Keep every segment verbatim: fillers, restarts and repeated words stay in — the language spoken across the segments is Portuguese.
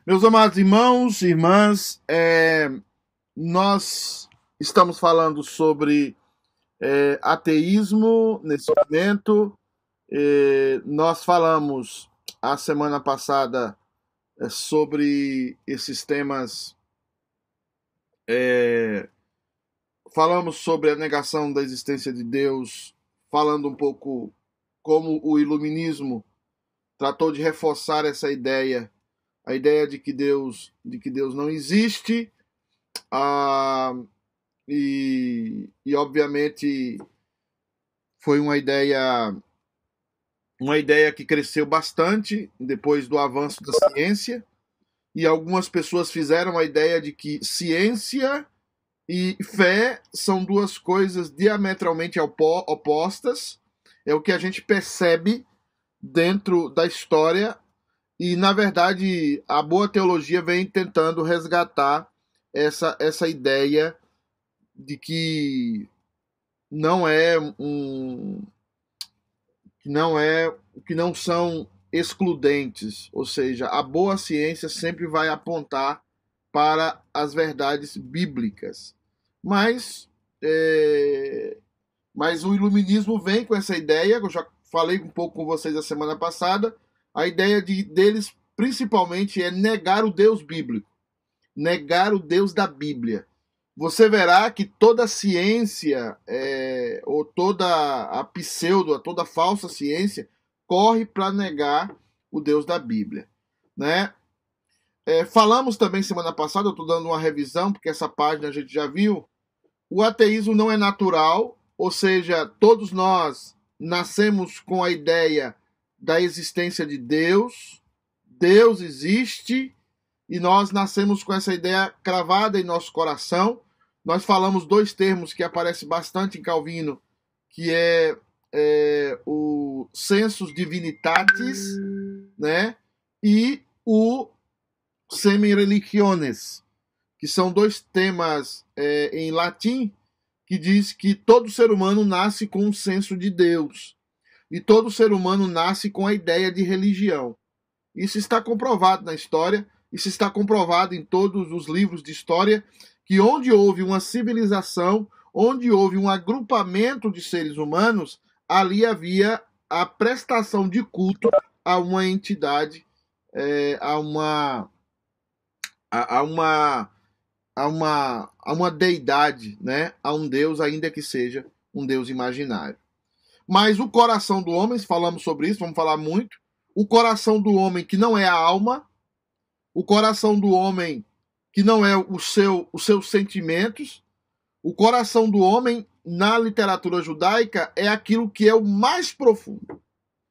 Meus amados irmãos e irmãs, é, nós estamos falando sobre é, ateísmo nesse momento. É, nós falamos a semana passada é, sobre esses temas. É, falamos sobre a negação da existência de Deus, falando um pouco como o iluminismo tratou de reforçar essa ideia, a ideia de que Deus, de que Deus não existe. Ah, e, e obviamente foi uma ideia uma ideia que cresceu bastante depois do avanço da ciência, e algumas pessoas fizeram a ideia de que ciência e fé são duas coisas diametralmente opostas. É o que a gente percebe dentro da história, e na verdade a boa teologia vem tentando resgatar essa, essa ideia de que não é um que não é que não são excludentes, ou seja, a boa ciência sempre vai apontar para as verdades bíblicas. Mas é, mas o iluminismo vem com essa ideia, eu já falei um pouco com vocês a semana passada, a ideia de, deles principalmente é negar o Deus bíblico, negar o Deus da Bíblia. Você verá que toda a ciência, é, ou toda a pseudo, toda a falsa ciência, corre para negar o Deus da Bíblia. Né? É, falamos também semana passada, eu estou dando uma revisão, porque essa página a gente já viu, o ateísmo não é natural, ou seja, todos nós nascemos com a ideia da existência de Deus, Deus existe, e nós nascemos com essa ideia cravada em nosso coração. Nós falamos dois termos que aparecem bastante em Calvino, que é, é o sensus divinitatis, né, e o semen religiones, que são dois temas é, em latim, que diz que todo ser humano nasce com um senso de Deus, e todo ser humano nasce com a ideia de religião. Isso está comprovado na história, isso está comprovado em todos os livros de história, que onde houve uma civilização, onde houve um agrupamento de seres humanos, ali havia a prestação de culto a uma entidade, é, a uma a, a uma a uma a uma deidade, né? A um Deus, ainda que seja um Deus imaginário. Mas o coração do homem, falamos sobre isso, vamos falar muito, o coração do homem que não é a alma, o coração do homem que não é o seu, os seus sentimentos, o coração do homem na literatura judaica é aquilo que é o mais profundo.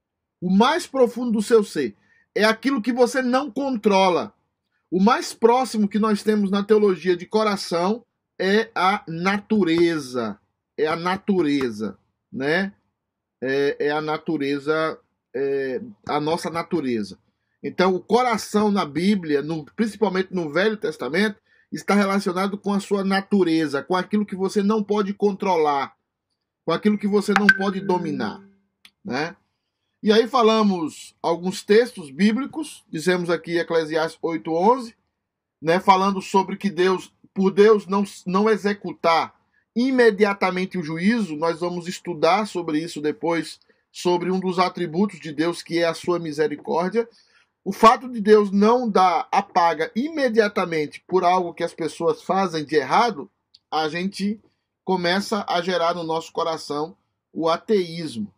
O mais profundo do seu ser. É aquilo que você não controla. O mais próximo que nós temos na teologia de coração é a natureza. É a natureza, né? É, é a natureza, é, a nossa natureza. Então, o coração na Bíblia, no, principalmente no Velho Testamento, está relacionado com a sua natureza, com aquilo que você não pode controlar, com aquilo que você não pode dominar, né? E aí falamos alguns textos bíblicos, dizemos aqui Eclesiastes oito, onze, né, falando sobre que Deus, por Deus não, não executar imediatamente o juízo, nós vamos estudar sobre isso depois, sobre um dos atributos de Deus, que é a sua misericórdia. O fato de Deus não dar a paga imediatamente por algo que as pessoas fazem de errado, a gente começa a gerar no nosso coração o ateísmo.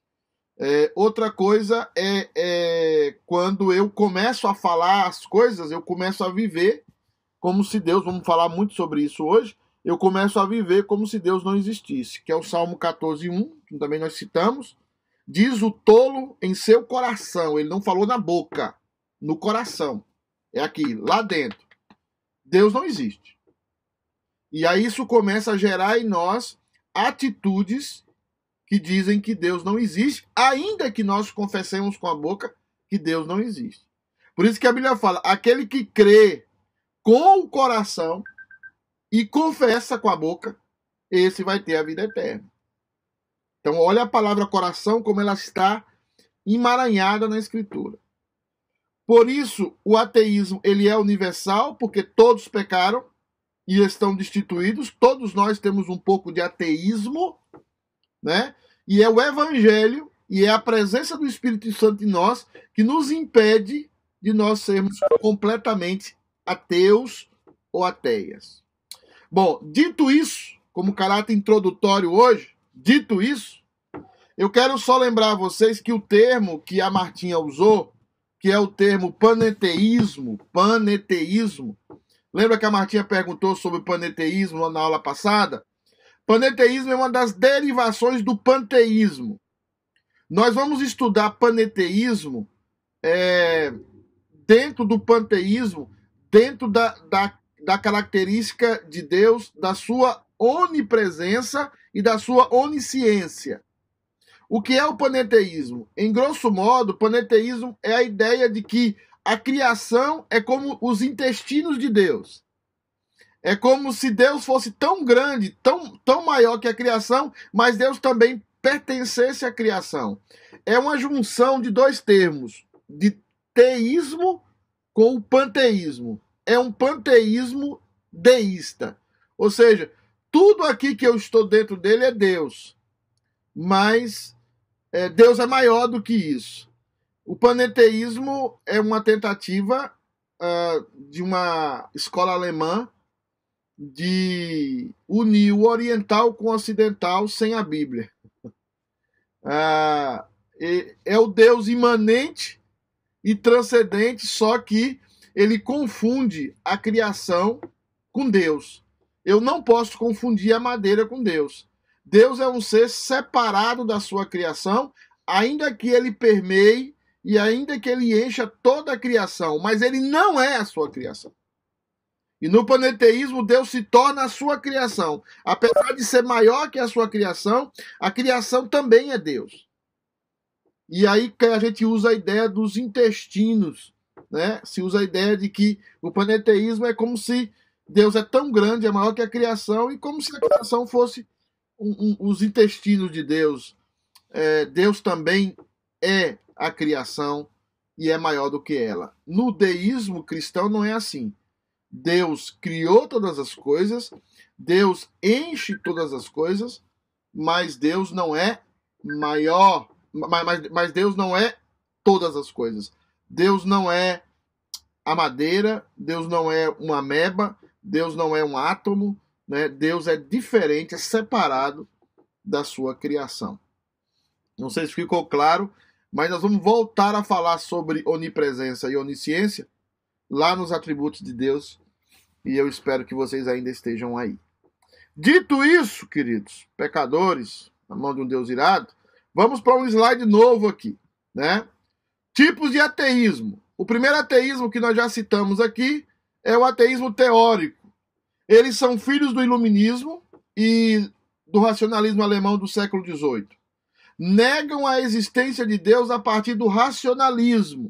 É, outra coisa é, é quando eu começo a falar as coisas, eu começo a viver como se Deus, vamos falar muito sobre isso hoje, eu começo a viver como se Deus não existisse, que é o Salmo catorze, um, que também nós citamos. Diz o tolo em seu coração, ele não falou na boca, no coração, é aqui, lá dentro, Deus não existe. E aí isso começa a gerar em nós atitudes que dizem que Deus não existe, ainda que nós confessemos com a boca que Deus não existe. Por isso que a Bíblia fala, aquele que crê com o coração e confessa com a boca, esse vai ter a vida eterna. Então olha a palavra coração como ela está emaranhada na Escritura. Por isso, o ateísmo ele é universal, porque todos pecaram e estão destituídos. Todos nós temos um pouco de ateísmo, né? E é o evangelho e é a presença do Espírito Santo em nós que nos impede de nós sermos completamente ateus ou ateias. Bom, dito isso, como caráter introdutório hoje, dito isso, eu quero só lembrar a vocês que o termo que a Martinha usou, que é o termo paneteísmo, paneteísmo, lembra que a Martinha perguntou sobre o paneteísmo na aula passada? Paneteísmo é uma das derivações do panteísmo. Nós vamos estudar paneteísmo é, dentro do panteísmo, dentro da, da, da característica de Deus, da sua onipresença e da sua onisciência. O que é o paneteísmo? Em grosso modo, o paneteísmo é a ideia de que a criação é como os intestinos de Deus. É como se Deus fosse tão grande, tão, tão maior que a criação, mas Deus também pertencesse à criação. É uma junção de dois termos, de teísmo com o panteísmo. É um panteísmo deísta. Ou seja, tudo aqui que eu estou dentro dele é Deus. Mas é, Deus é maior do que isso. O paneteísmo é uma tentativa uh, de uma escola alemã de unir o oriental com o ocidental sem a Bíblia. Uh, é, é o Deus imanente e transcendente, só que ele confunde a criação com Deus. Eu não posso confundir a madeira com Deus. Deus é um ser separado da sua criação, ainda que ele permeie e ainda que ele encha toda a criação, mas ele não é a sua criação. E no paneteísmo, Deus se torna a sua criação. Apesar de ser maior que a sua criação, a criação também é Deus. E aí que a gente usa a ideia dos intestinos, né? Se usa a ideia de que o paneteísmo é como se Deus é tão grande, é maior que a criação, e como se a criação fosse um, um, os intestinos de Deus. É, Deus também é a criação e é maior do que ela. No deísmo cristão não é assim. Deus criou todas as coisas, Deus enche todas as coisas, mas Deus não é maior, mas, mas, mas Deus não é todas as coisas. Deus não é a madeira, Deus não é uma ameba, Deus não é um átomo, né? Deus é diferente, é separado da sua criação. Não sei se ficou claro, mas nós vamos voltar a falar sobre onipresença e onisciência lá nos atributos de Deus, e eu espero que vocês ainda estejam aí. Dito isso, queridos pecadores, na mão de um Deus irado, vamos para um slide novo aqui, né? Tipos de ateísmo. O primeiro ateísmo que nós já citamos aqui é o ateísmo teórico. Eles são filhos do iluminismo e do racionalismo alemão do século dezoito. Negam a existência de Deus a partir do racionalismo.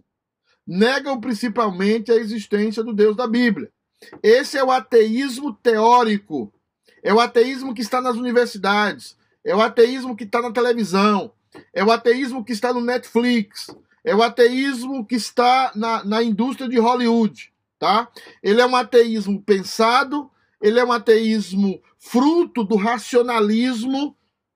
Negam principalmente a existência do Deus da Bíblia. Esse é o ateísmo teórico. É o ateísmo que está nas universidades. É o ateísmo que está na televisão. É o ateísmo que está no Netflix. É o ateísmo que está na, na indústria de Hollywood. Tá? Ele é um ateísmo pensado, ele é um ateísmo fruto do racionalismo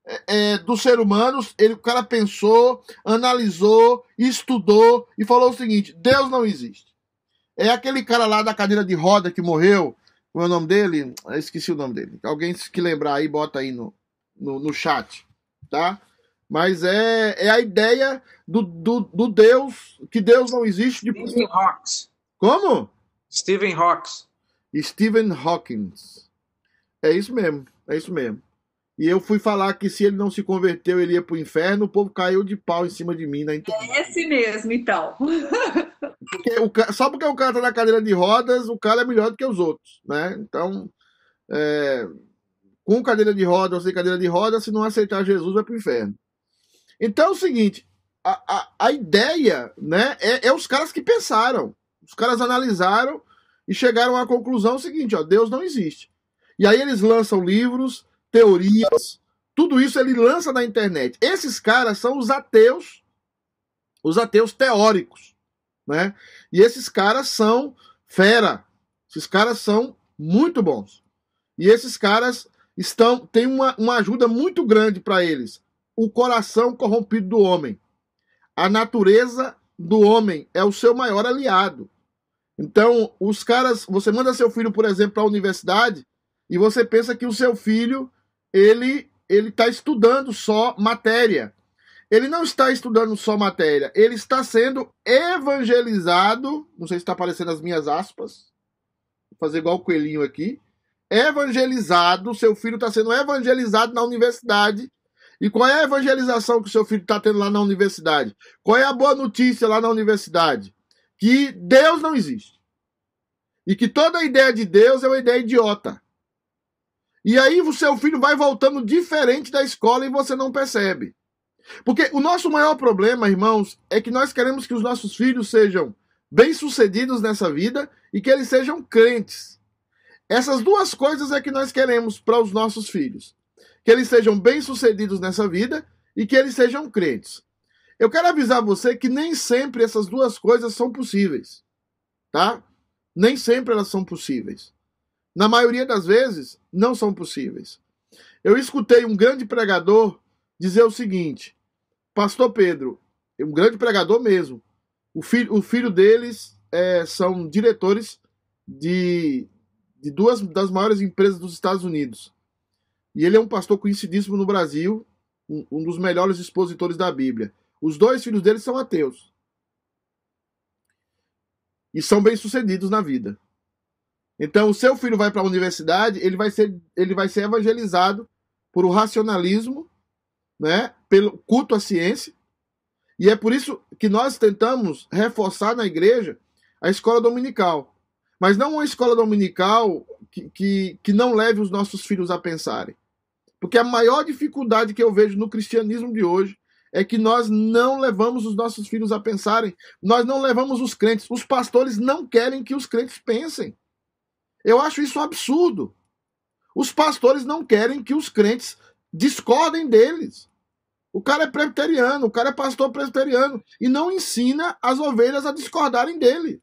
É, do ser humano. Ele, o cara pensou, analisou, estudou e falou o seguinte: Deus não existe. É aquele cara lá da cadeira de roda que morreu, qual é o nome dele? Eu esqueci o nome dele. Alguém que lembrar aí, bota aí no, no, no chat, tá? Mas é, é a ideia do, do, do Deus, que Deus não existe. De... Stephen Hawking. Como? Stephen Hawking. Stephen Hawking. É isso mesmo, é isso mesmo. E eu fui falar que se ele não se converteu, ele ia pro inferno, o povo caiu de pau em cima de mim na internet. É esse mesmo, então. Porque o, só porque o cara tá na cadeira de rodas, o cara é melhor do que os outros, né? Então, é, com cadeira de rodas ou sem cadeira de rodas, se não aceitar Jesus, vai pro inferno. Então é o seguinte, a, a, a ideia, né, é, é os caras que pensaram. Os caras analisaram e chegaram à conclusão seguinte, ó, Deus não existe. E aí eles lançam livros, teorias, tudo isso ele lança na internet. Esses caras são os ateus, os ateus teóricos, né? E esses caras são fera. Esses caras são muito bons. E esses caras estão têm uma, uma ajuda muito grande para eles. O coração corrompido do homem. A natureza do homem é o seu maior aliado. Então, os caras, você manda seu filho, por exemplo, para a universidade e você pensa que o seu filho, ele ele está estudando só matéria. Ele não está estudando só matéria, ele está sendo evangelizado, não sei se está aparecendo as minhas aspas, vou fazer igual o coelhinho aqui, evangelizado, seu filho está sendo evangelizado na universidade. E qual é a evangelização que o seu filho está tendo lá na universidade? Qual é a boa notícia lá na universidade? Que Deus não existe. E que toda a ideia de Deus é uma ideia idiota. E aí o seu filho vai voltando diferente da escola e você não percebe. Porque o nosso maior problema, irmãos, é que nós queremos que os nossos filhos sejam bem-sucedidos nessa vida e que eles sejam crentes. Essas duas coisas é que nós queremos para os nossos filhos. Que eles sejam bem-sucedidos nessa vida e que eles sejam crentes. Eu quero avisar você que nem sempre essas duas coisas são possíveis, tá? Nem sempre elas são possíveis. Na maioria das vezes, não são possíveis. Eu escutei um grande pregador dizer o seguinte: Pastor Pedro, um grande pregador mesmo, o filho, o filho deles é, são diretores de, de duas das maiores empresas dos Estados Unidos. E ele é um pastor conhecidíssimo no Brasil, um, um dos melhores expositores da Bíblia. Os dois filhos dele são ateus. E são bem-sucedidos na vida. Então, o seu filho vai para a universidade, ele vai ser, ele vai ser evangelizado por o racionalismo, né, pelo culto à ciência. E é por isso que nós tentamos reforçar na igreja a escola dominical. Mas não uma escola dominical que, que, que não leve os nossos filhos a pensarem. Porque a maior dificuldade que eu vejo no cristianismo de hoje é que nós não levamos os nossos filhos a pensarem. Nós não levamos os crentes. Os pastores não querem que os crentes pensem. Eu acho isso um absurdo. Os pastores não querem que os crentes discordem deles. O cara é presbiteriano, o cara é pastor presbiteriano e não ensina as ovelhas a discordarem dele.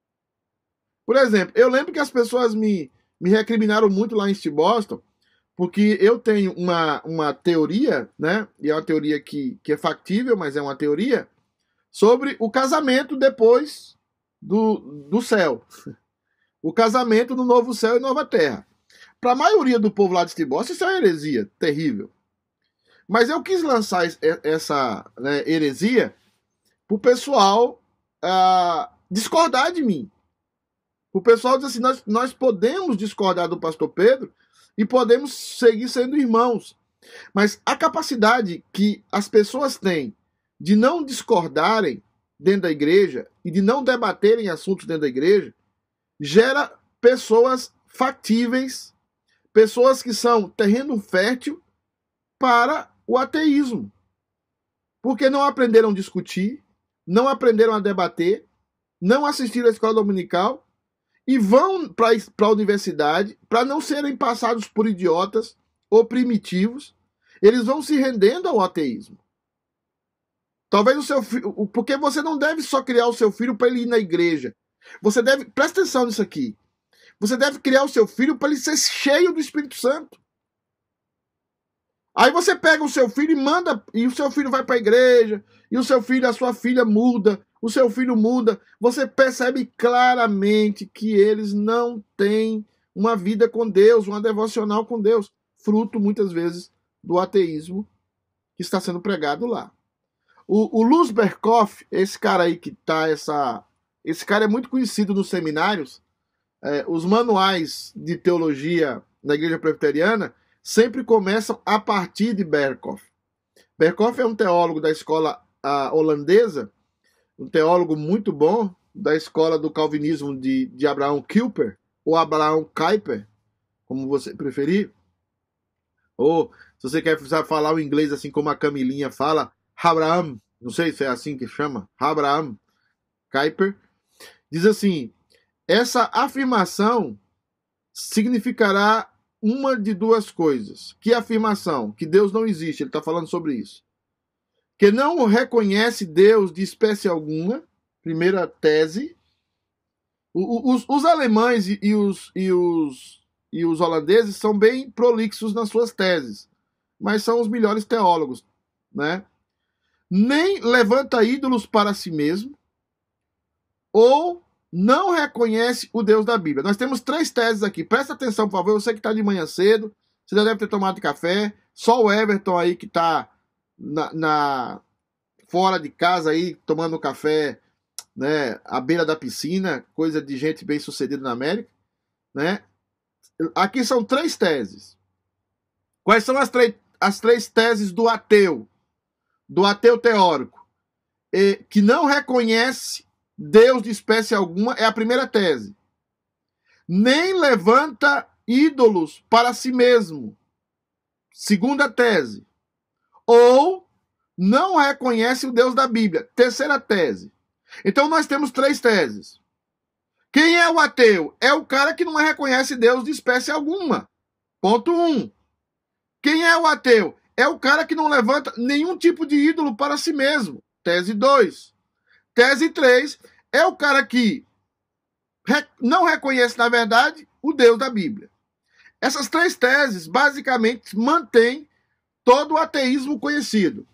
Por exemplo, eu lembro que as pessoas me, me recriminaram muito lá em East Boston, porque eu tenho uma, uma teoria, né? E é uma teoria que, que é factível, mas é uma teoria, sobre o casamento depois do, do céu. O casamento no novo céu e nova terra. Para a maioria do povo lá de East Boston, isso é uma heresia terrível. Mas eu quis lançar essa, né, heresia para o pessoal uh, discordar de mim. O pessoal diz assim, nós, nós podemos discordar do pastor Pedro e podemos seguir sendo irmãos. Mas a capacidade que as pessoas têm de não discordarem dentro da igreja e de não debaterem assuntos dentro da igreja gera pessoas factíveis, pessoas que são terreno fértil para o ateísmo. Porque não aprenderam a discutir, não aprenderam a debater, não assistiram à escola dominical e vão para a universidade para não serem passados por idiotas ou primitivos. Eles vão se rendendo ao ateísmo. Talvez o seu filho... Porque você não deve só criar o seu filho para ele ir na igreja. Você deve... Presta atenção nisso aqui. Você deve criar o seu filho para ele ser cheio do Espírito Santo. Aí você pega o seu filho e manda... E o seu filho vai para a igreja. E o seu filho, a sua filha muda. O seu filho muda. Você percebe claramente que eles não têm uma vida com Deus, uma devocional com Deus. Fruto, muitas vezes, do ateísmo que está sendo pregado lá. O, o Luz Berkoff, esse cara aí que tá essa... Esse cara é muito conhecido nos seminários. É, os manuais de teologia na igreja presbiteriana sempre começam a partir de Berkoff. Berkoff é um teólogo da escola uh, holandesa, um teólogo muito bom, da escola do calvinismo de, de Abraham Kuyper, ou Abraham Kuyper, como você preferir. Ou, se você quer falar o inglês assim como a Camilinha fala, Abraham, não sei se é assim que chama, Abraham Kuyper, diz assim, essa afirmação significará uma de duas coisas. Que afirmação? Que Deus não existe, ele está falando sobre isso. Que não reconhece Deus de espécie alguma, primeira tese. O, os, os alemães e, e, os, e, os, e os holandeses são bem prolixos nas suas teses, mas são os melhores teólogos, né? Nem levanta ídolos para si mesmo, ou não reconhece o Deus da Bíblia. Nós temos três teses aqui. Presta atenção, por favor. Você que está de manhã cedo, você já deve ter tomado café. Só o Everton aí que está na, na, fora de casa aí, tomando café, né, à beira da piscina, coisa de gente bem sucedida na América, né? Aqui são três teses. Quais são as, as três teses do ateu? Do ateu teórico, e, que não reconhece Deus de espécie alguma, é a primeira tese. Nem levanta ídolos para si mesmo. Segunda tese. Ou não reconhece o Deus da Bíblia. Terceira tese. Então nós temos três teses. Quem é o ateu? É o cara que não reconhece Deus de espécie alguma. Ponto um. Quem é o ateu? É o cara que não levanta nenhum tipo de ídolo para si mesmo. Tese dois. Tese três. É o cara que não reconhece, na verdade, o Deus da Bíblia. Essas três teses, basicamente, mantêm todo o ateísmo conhecido.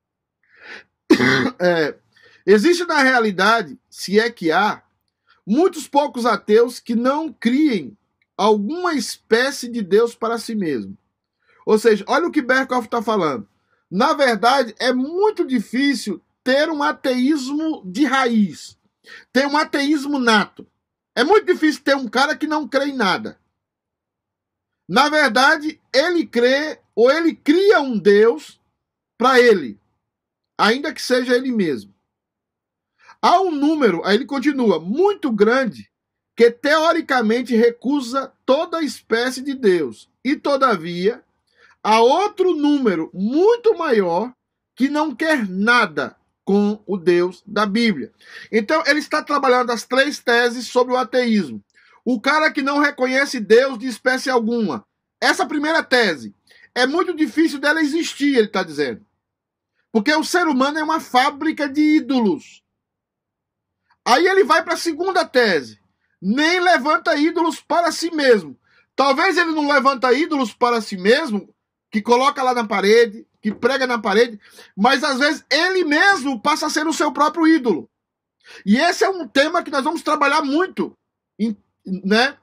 É, existe, na realidade, se é que há, muitos poucos ateus que não criem alguma espécie de Deus para si mesmo. Ou seja, olha o que Berkhoff está falando. Na verdade, é muito difícil ter um ateísmo de raiz. Ter um ateísmo nato. É muito difícil ter um cara que não crê em nada. Na verdade, ele crê ou ele cria um Deus para ele, ainda que seja ele mesmo. Há um número, aí ele continua, muito grande, que teoricamente recusa toda espécie de Deus. E, todavia, há outro número muito maior que não quer nada com o Deus da Bíblia. Então, ele está trabalhando as três teses sobre o ateísmo. O cara que não reconhece Deus de espécie alguma. Essa primeira tese é muito difícil dela existir, ele está dizendo. Porque o ser humano é uma fábrica de ídolos. Aí ele vai para a segunda tese. Nem levanta ídolos para si mesmo. Talvez ele não levanta ídolos para si mesmo, que coloca lá na parede, que prega na parede, mas às vezes ele mesmo passa a ser o seu próprio ídolo. E esse é um tema que nós vamos trabalhar muito, né?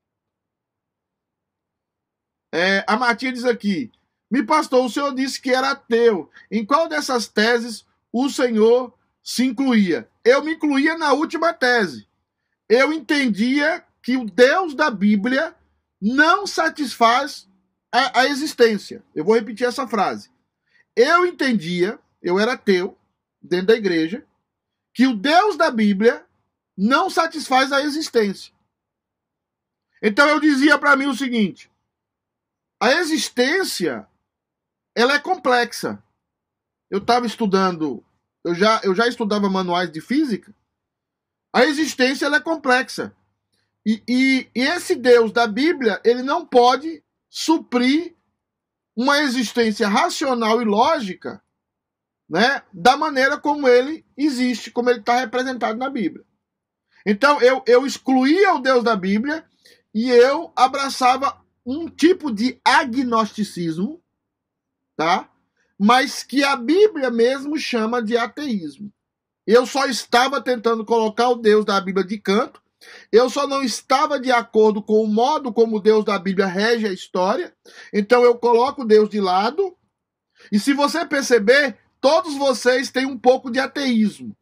É, a Martinha diz aqui, me pastor, o senhor disse que era ateu. Em qual dessas teses o senhor se incluía? Eu me incluía na última tese. Eu entendia que o Deus da Bíblia não satisfaz a, a existência. Eu vou repetir essa frase. Eu entendia, eu era ateu, dentro da igreja, que o Deus da Bíblia não satisfaz a existência. Então eu dizia para mim o seguinte, a existência, ela é complexa. Eu estava estudando, eu já, eu já estudava manuais de física, a existência ela é complexa. E, e, e esse Deus da Bíblia, ele não pode suprir uma existência racional e lógica, né, da maneira como ele existe, como ele está representado na Bíblia. Então, eu, eu excluía o Deus da Bíblia e eu abraçava um tipo de agnosticismo, tá? Mas que a Bíblia mesmo chama de ateísmo. Eu só estava tentando colocar o Deus da Bíblia de canto, eu só não estava de acordo com o modo como o Deus da Bíblia rege a história, então eu coloco Deus de lado, e se você perceber, todos vocês têm um pouco de ateísmo.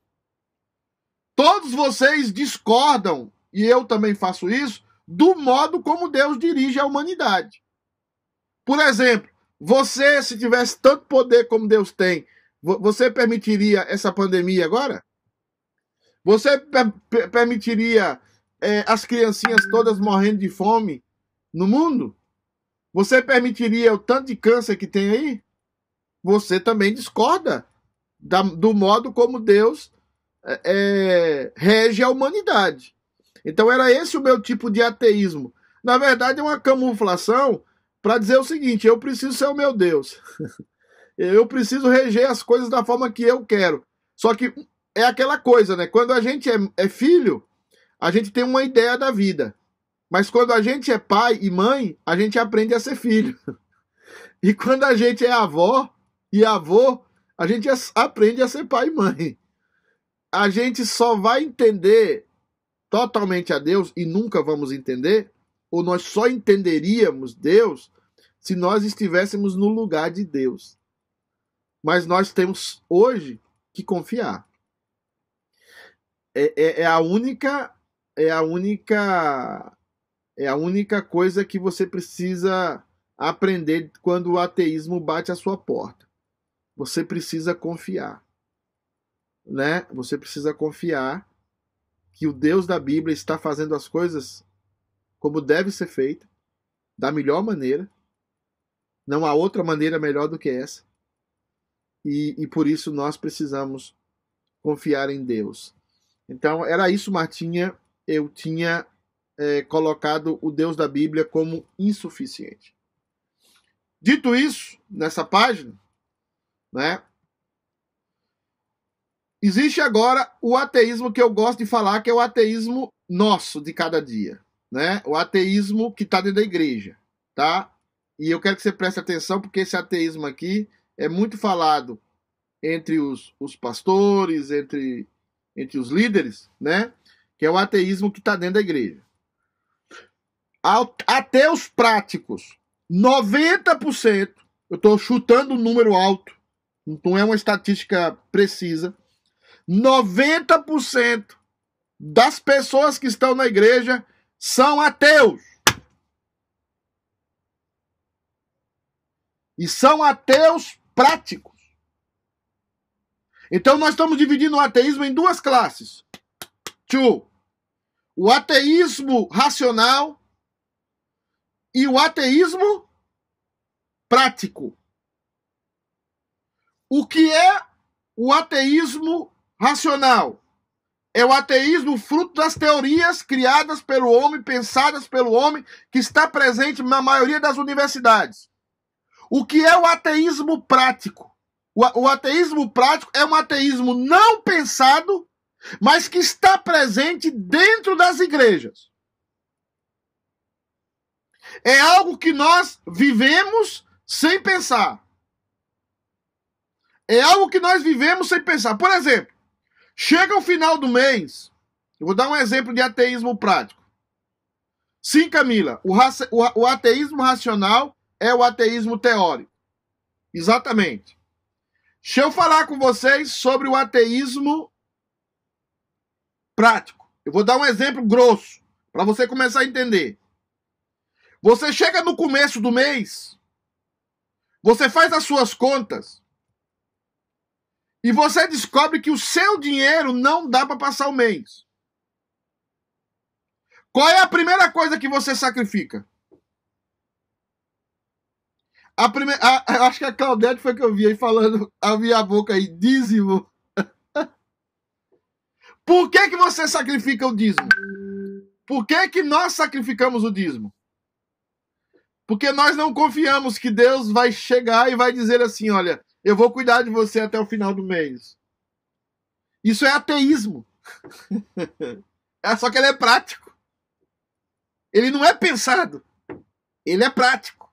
Todos vocês discordam, e eu também faço isso, do modo como Deus dirige a humanidade. Por exemplo, você, se tivesse tanto poder como Deus tem, você permitiria essa pandemia agora? Você per permitiria é, as criancinhas todas morrendo de fome no mundo? Você permitiria o tanto de câncer que tem aí? Você também discorda da, do modo como Deus é, é, rege a humanidade. Então era esse o meu tipo de ateísmo. Na verdade é uma camuflação para dizer o seguinte, eu preciso ser o meu Deus. Eu preciso reger as coisas da forma que eu quero. Só que é aquela coisa, né? Quando a gente é, é filho, a gente tem uma ideia da vida. Mas quando a gente é pai e mãe, a gente aprende a ser filho. E quando a gente é avó e avô, a gente aprende a ser pai e mãe. A gente só vai entender totalmente a Deus, e nunca vamos entender, ou nós só entenderíamos Deus se nós estivéssemos no lugar de Deus. Mas nós temos hoje que confiar. É, é, é a única, é a única, é a única coisa que você precisa aprender quando o ateísmo bate à sua porta. Você precisa confiar, né? Você precisa confiar que o Deus da Bíblia está fazendo as coisas como deve ser feita, da melhor maneira. Não há outra maneira melhor do que essa. E, e por isso nós precisamos confiar em Deus. Então, era isso, Martinha. Eu tinha é, colocado o Deus da Bíblia como insuficiente. Dito isso, nessa página, né, existe agora o ateísmo que eu gosto de falar, que é o ateísmo nosso de cada dia, né? O ateísmo que está dentro da igreja, tá? E eu quero que você preste atenção, porque esse ateísmo aqui é muito falado entre os, os pastores, entre, entre os líderes, né? Que é o ateísmo que está dentro da igreja. Ateus práticos, noventa por cento, eu estou chutando um número alto, não é uma estatística precisa, noventa por cento das pessoas que estão na igreja são ateus. E são ateus práticos. Então nós estamos dividindo o ateísmo em duas classes. Two. O ateísmo racional e o ateísmo prático. O que é o ateísmo racional? É o ateísmo fruto das teorias criadas pelo homem, pensadas pelo homem, que está presente na maioria das universidades. O que é o ateísmo prático? O, o ateísmo prático é um ateísmo não pensado, mas que está presente dentro das igrejas. É algo que nós vivemos sem pensar. É algo que nós vivemos sem pensar. Por exemplo, chega o final do mês, eu vou dar um exemplo de ateísmo prático. Sim, Camila, o, o, o ateísmo racional é o ateísmo teórico. Exatamente. Deixa eu falar com vocês sobre o ateísmo prático. Eu vou dar um exemplo grosso, para você começar a entender. Você chega no começo do mês, você faz as suas contas, e você descobre que o seu dinheiro não dá para passar o mês. Qual é a primeira coisa que você sacrifica? A primeira, a, acho que a Claudete foi que eu vi aí falando, abrir a boca aí, dízimo. Por que que você sacrifica o dízimo? Por que que nós sacrificamos o dízimo? Porque nós não confiamos que Deus vai chegar e vai dizer assim, olha, eu vou cuidar de você até o final do mês. Isso é ateísmo. É só que ele é prático. Ele não é pensado. Ele é prático.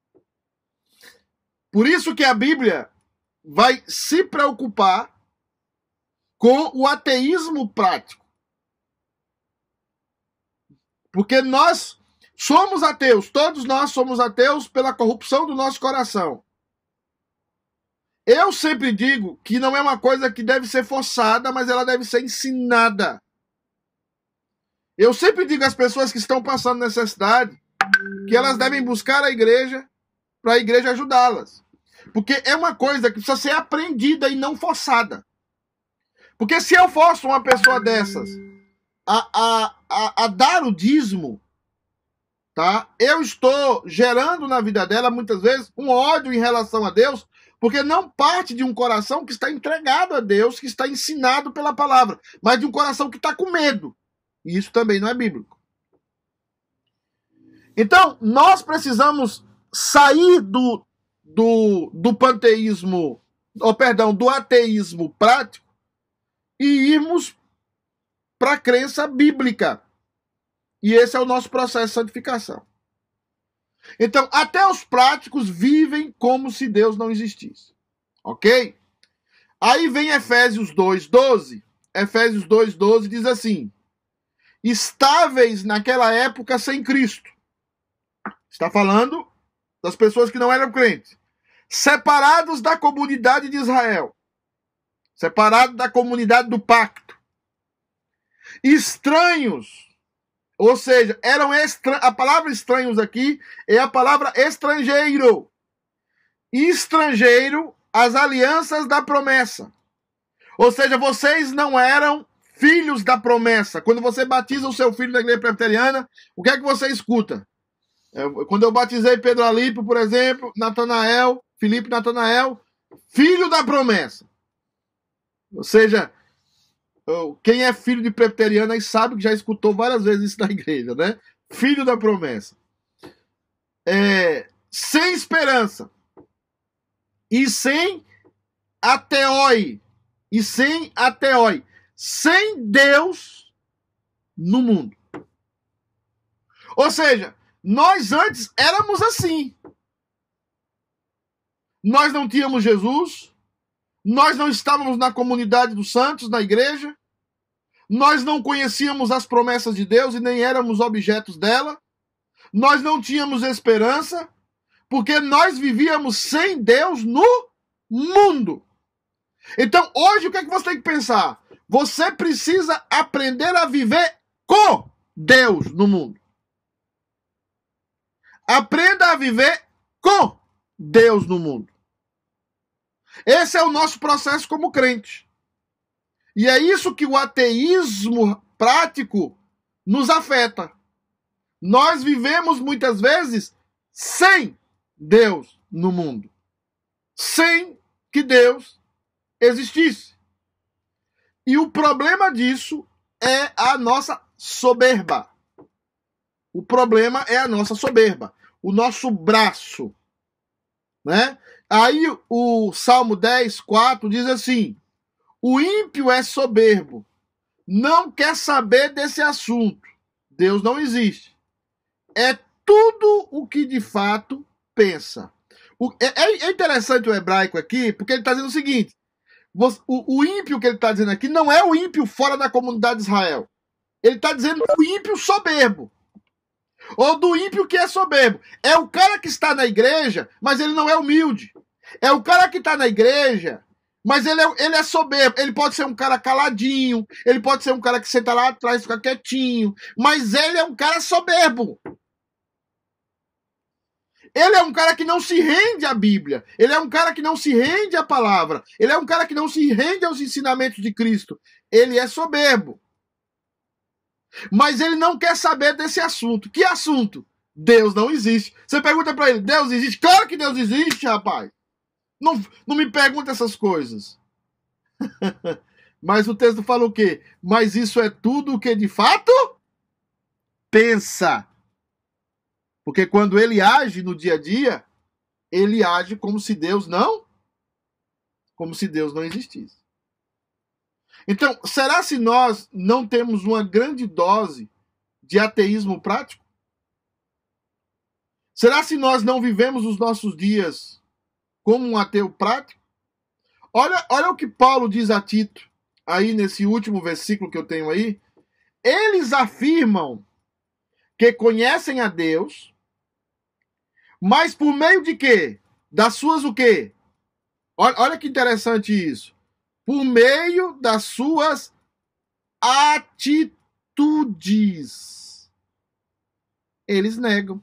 Por isso que a Bíblia vai se preocupar com o ateísmo prático. Porque nós somos ateus, todos nós somos ateus pela corrupção do nosso coração. Eu sempre digo que não é uma coisa que deve ser forçada, mas ela deve ser ensinada. Eu sempre digo às pessoas que estão passando necessidade que elas devem buscar a igreja para a igreja ajudá-las. Porque é uma coisa que precisa ser aprendida e não forçada. Porque se eu forço uma pessoa dessas a, a, a, a dar o dízimo, tá? Eu estou gerando na vida dela, muitas vezes, um ódio em relação a Deus, porque não parte de um coração que está entregado a Deus, que está ensinado pela palavra, mas de um coração que está com medo. E isso também não é bíblico. Então, nós precisamos sair do, do, do panteísmo, ou perdão, do ateísmo prático e irmos para a crença bíblica. E esse é o nosso processo de santificação. Então, até os práticos vivem como se Deus não existisse. Ok? Aí vem Efésios dois, doze. Efésios dois, doze diz assim: estáveis naquela época sem Cristo. Está falando das pessoas que não eram crentes. Separados da comunidade de Israel. Separados da comunidade do pacto. Estranhos. Ou seja, eram estranhos. A palavra estranhos aqui é a palavra estrangeiro. Estrangeiro às alianças da promessa. Ou seja, vocês não eram filhos da promessa. Quando você batiza o seu filho na igreja presbiteriana, o que é que você escuta? Quando eu batizei Pedro Alípio, por exemplo, Natanael, Filipe Natanael, filho da promessa. Ou seja, quem é filho de presbiteriano aí sabe que já escutou várias vezes isso na igreja, né? Filho da promessa. É, sem esperança. E sem ateoi. E sem ateoi. Sem Deus no mundo. Ou seja, nós antes éramos assim. Nós não tínhamos Jesus. Nós não estávamos na comunidade dos santos, na igreja. Nós não conhecíamos as promessas de Deus e nem éramos objetos dela. Nós não tínhamos esperança, porque nós vivíamos sem Deus no mundo. Então, hoje, o que é que você tem que pensar? Você precisa aprender a viver com Deus no mundo. Aprenda a viver com Deus no mundo. Esse é o nosso processo como crente. E é isso que o ateísmo prático nos afeta. Nós vivemos muitas vezes sem Deus no mundo. Sem que Deus existisse. E o problema disso é a nossa soberba. O problema é a nossa soberba. O nosso braço. Né? Aí o Salmo dez, quatro diz assim: o ímpio é soberbo, não quer saber desse assunto. Deus não existe. É tudo o que de fato pensa. O, é, é interessante o hebraico aqui, porque ele está dizendo o seguinte: o, o ímpio que ele está dizendo aqui não é o ímpio fora da comunidade de Israel. Ele está dizendo o ímpio soberbo. Ou do ímpio que é soberbo. É o cara que está na igreja, mas ele não é humilde. É o cara que está na igreja, mas ele é, ele é soberbo. Ele pode ser um cara caladinho, ele pode ser um cara que senta lá atrás e fica quietinho, mas ele é um cara soberbo. Ele é um cara que não se rende à Bíblia. Ele é um cara que não se rende à palavra. Ele é um cara que não se rende aos ensinamentos de Cristo. Ele é soberbo. Mas ele não quer saber desse assunto. Que assunto? Deus não existe. Você pergunta para ele, Deus existe? Claro que Deus existe, rapaz. Não, não me pergunta essas coisas. Mas o texto fala o quê? Mas isso é tudo o que de fato pensa. Porque quando ele age no dia a dia, ele age como se Deus não, como se Deus não existisse. Então, será se nós não temos uma grande dose de ateísmo prático? Será se nós não vivemos os nossos dias como um ateu prático? Olha, olha o que Paulo diz a Tito, aí nesse último versículo que eu tenho aí. Eles afirmam que conhecem a Deus, mas por meio de quê? Das suas o quê? Olha, olha que interessante isso. Por meio das suas atitudes. Eles negam.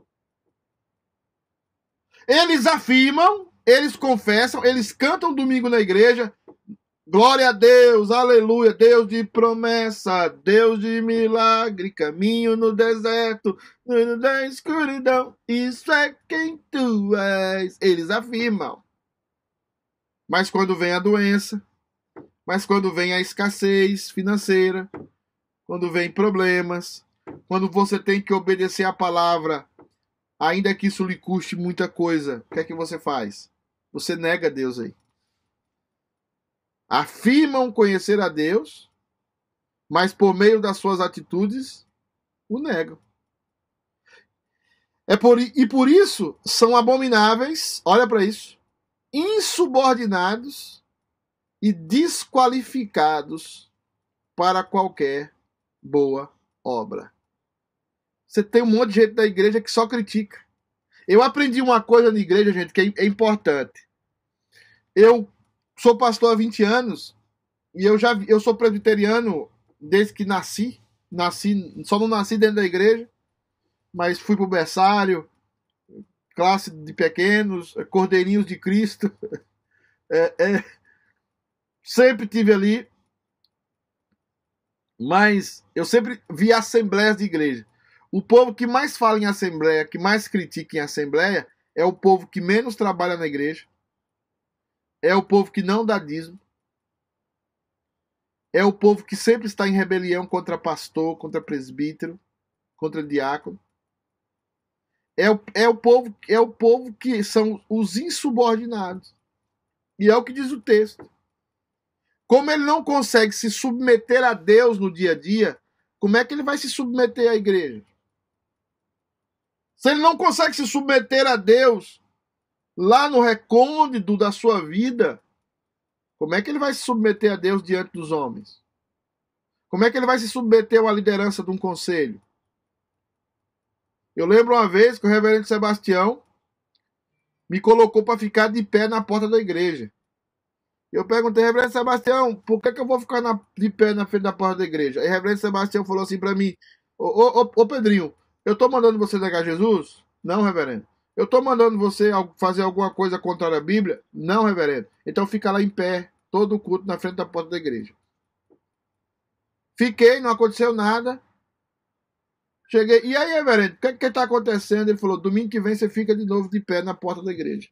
Eles afirmam, eles confessam, eles cantam domingo na igreja. Glória a Deus, aleluia, Deus de promessa, Deus de milagre, caminho no deserto, no da escuridão, isso é quem tu és. Eles afirmam. Mas quando vem a doença, mas quando vem a escassez financeira, quando vem problemas, quando você tem que obedecer a palavra, ainda que isso lhe custe muita coisa, o que é que você faz? Você nega Deus aí. Afirmam conhecer a Deus, mas por meio das suas atitudes o negam. É por, e por isso são abomináveis, olha para isso, insubordinados e desqualificados para qualquer boa obra. Você tem um monte de gente da igreja que só critica. Eu aprendi uma coisa na igreja, gente, que é importante. Eu sou pastor há vinte anos e eu já eu sou presbiteriano desde que nasci. Nasci, só não nasci dentro da igreja, mas fui pro berçário, classe de pequenos, cordeirinhos de Cristo. É, é, sempre tive ali, mas eu sempre vi assembleias de igreja. O povo que mais fala em assembleia, que mais critica em assembleia, é o povo que menos trabalha na igreja, é o povo que não dá dízimo, é o povo que sempre está em rebelião contra pastor, contra presbítero, contra diácono. É o, é o povo, é o povo que são os insubordinados. E é o que diz o texto. Como ele não consegue se submeter a Deus no dia a dia, como é que ele vai se submeter à igreja? Se ele não consegue se submeter a Deus lá no recôndito da sua vida, como é que ele vai se submeter a Deus diante dos homens? Como é que ele vai se submeter à liderança de um conselho? Eu lembro uma vez que o reverendo Sebastião me colocou para ficar de pé na porta da igreja. Eu perguntei, reverendo Sebastião, por que, que eu vou ficar na, de pé na frente da porta da igreja? Aí o reverendo Sebastião falou assim para mim, ô, ô, ô, ô Pedrinho, eu tô mandando você negar Jesus? Não, reverendo. Eu tô mandando você fazer alguma coisa contrária à Bíblia? Não, reverendo. Então fica lá em pé, todo o culto na frente da porta da igreja. Fiquei, não aconteceu nada. Cheguei, e aí, reverendo, o que que tá acontecendo? Ele falou, domingo que vem você fica de novo de pé na porta da igreja.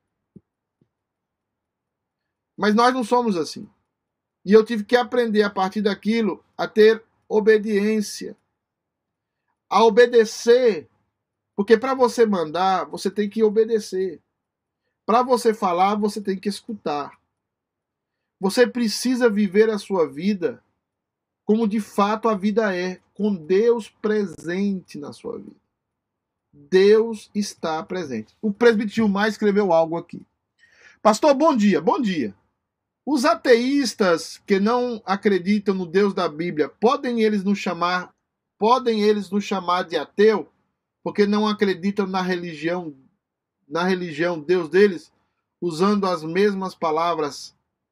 Mas nós não somos assim. E eu tive que aprender a partir daquilo a ter obediência. A obedecer. Porque para você mandar, você tem que obedecer. Para você falar, você tem que escutar. Você precisa viver a sua vida como de fato a vida é, com Deus presente na sua vida. Deus está presente. O presbítero Gilmar escreveu algo aqui. Pastor, bom dia, bom dia. Os ateístas que não acreditam no Deus da Bíblia, podem eles nos chamar, podem eles nos chamar de ateu, porque não acreditam na religião, na religião Deus deles, usando as mesmas palavras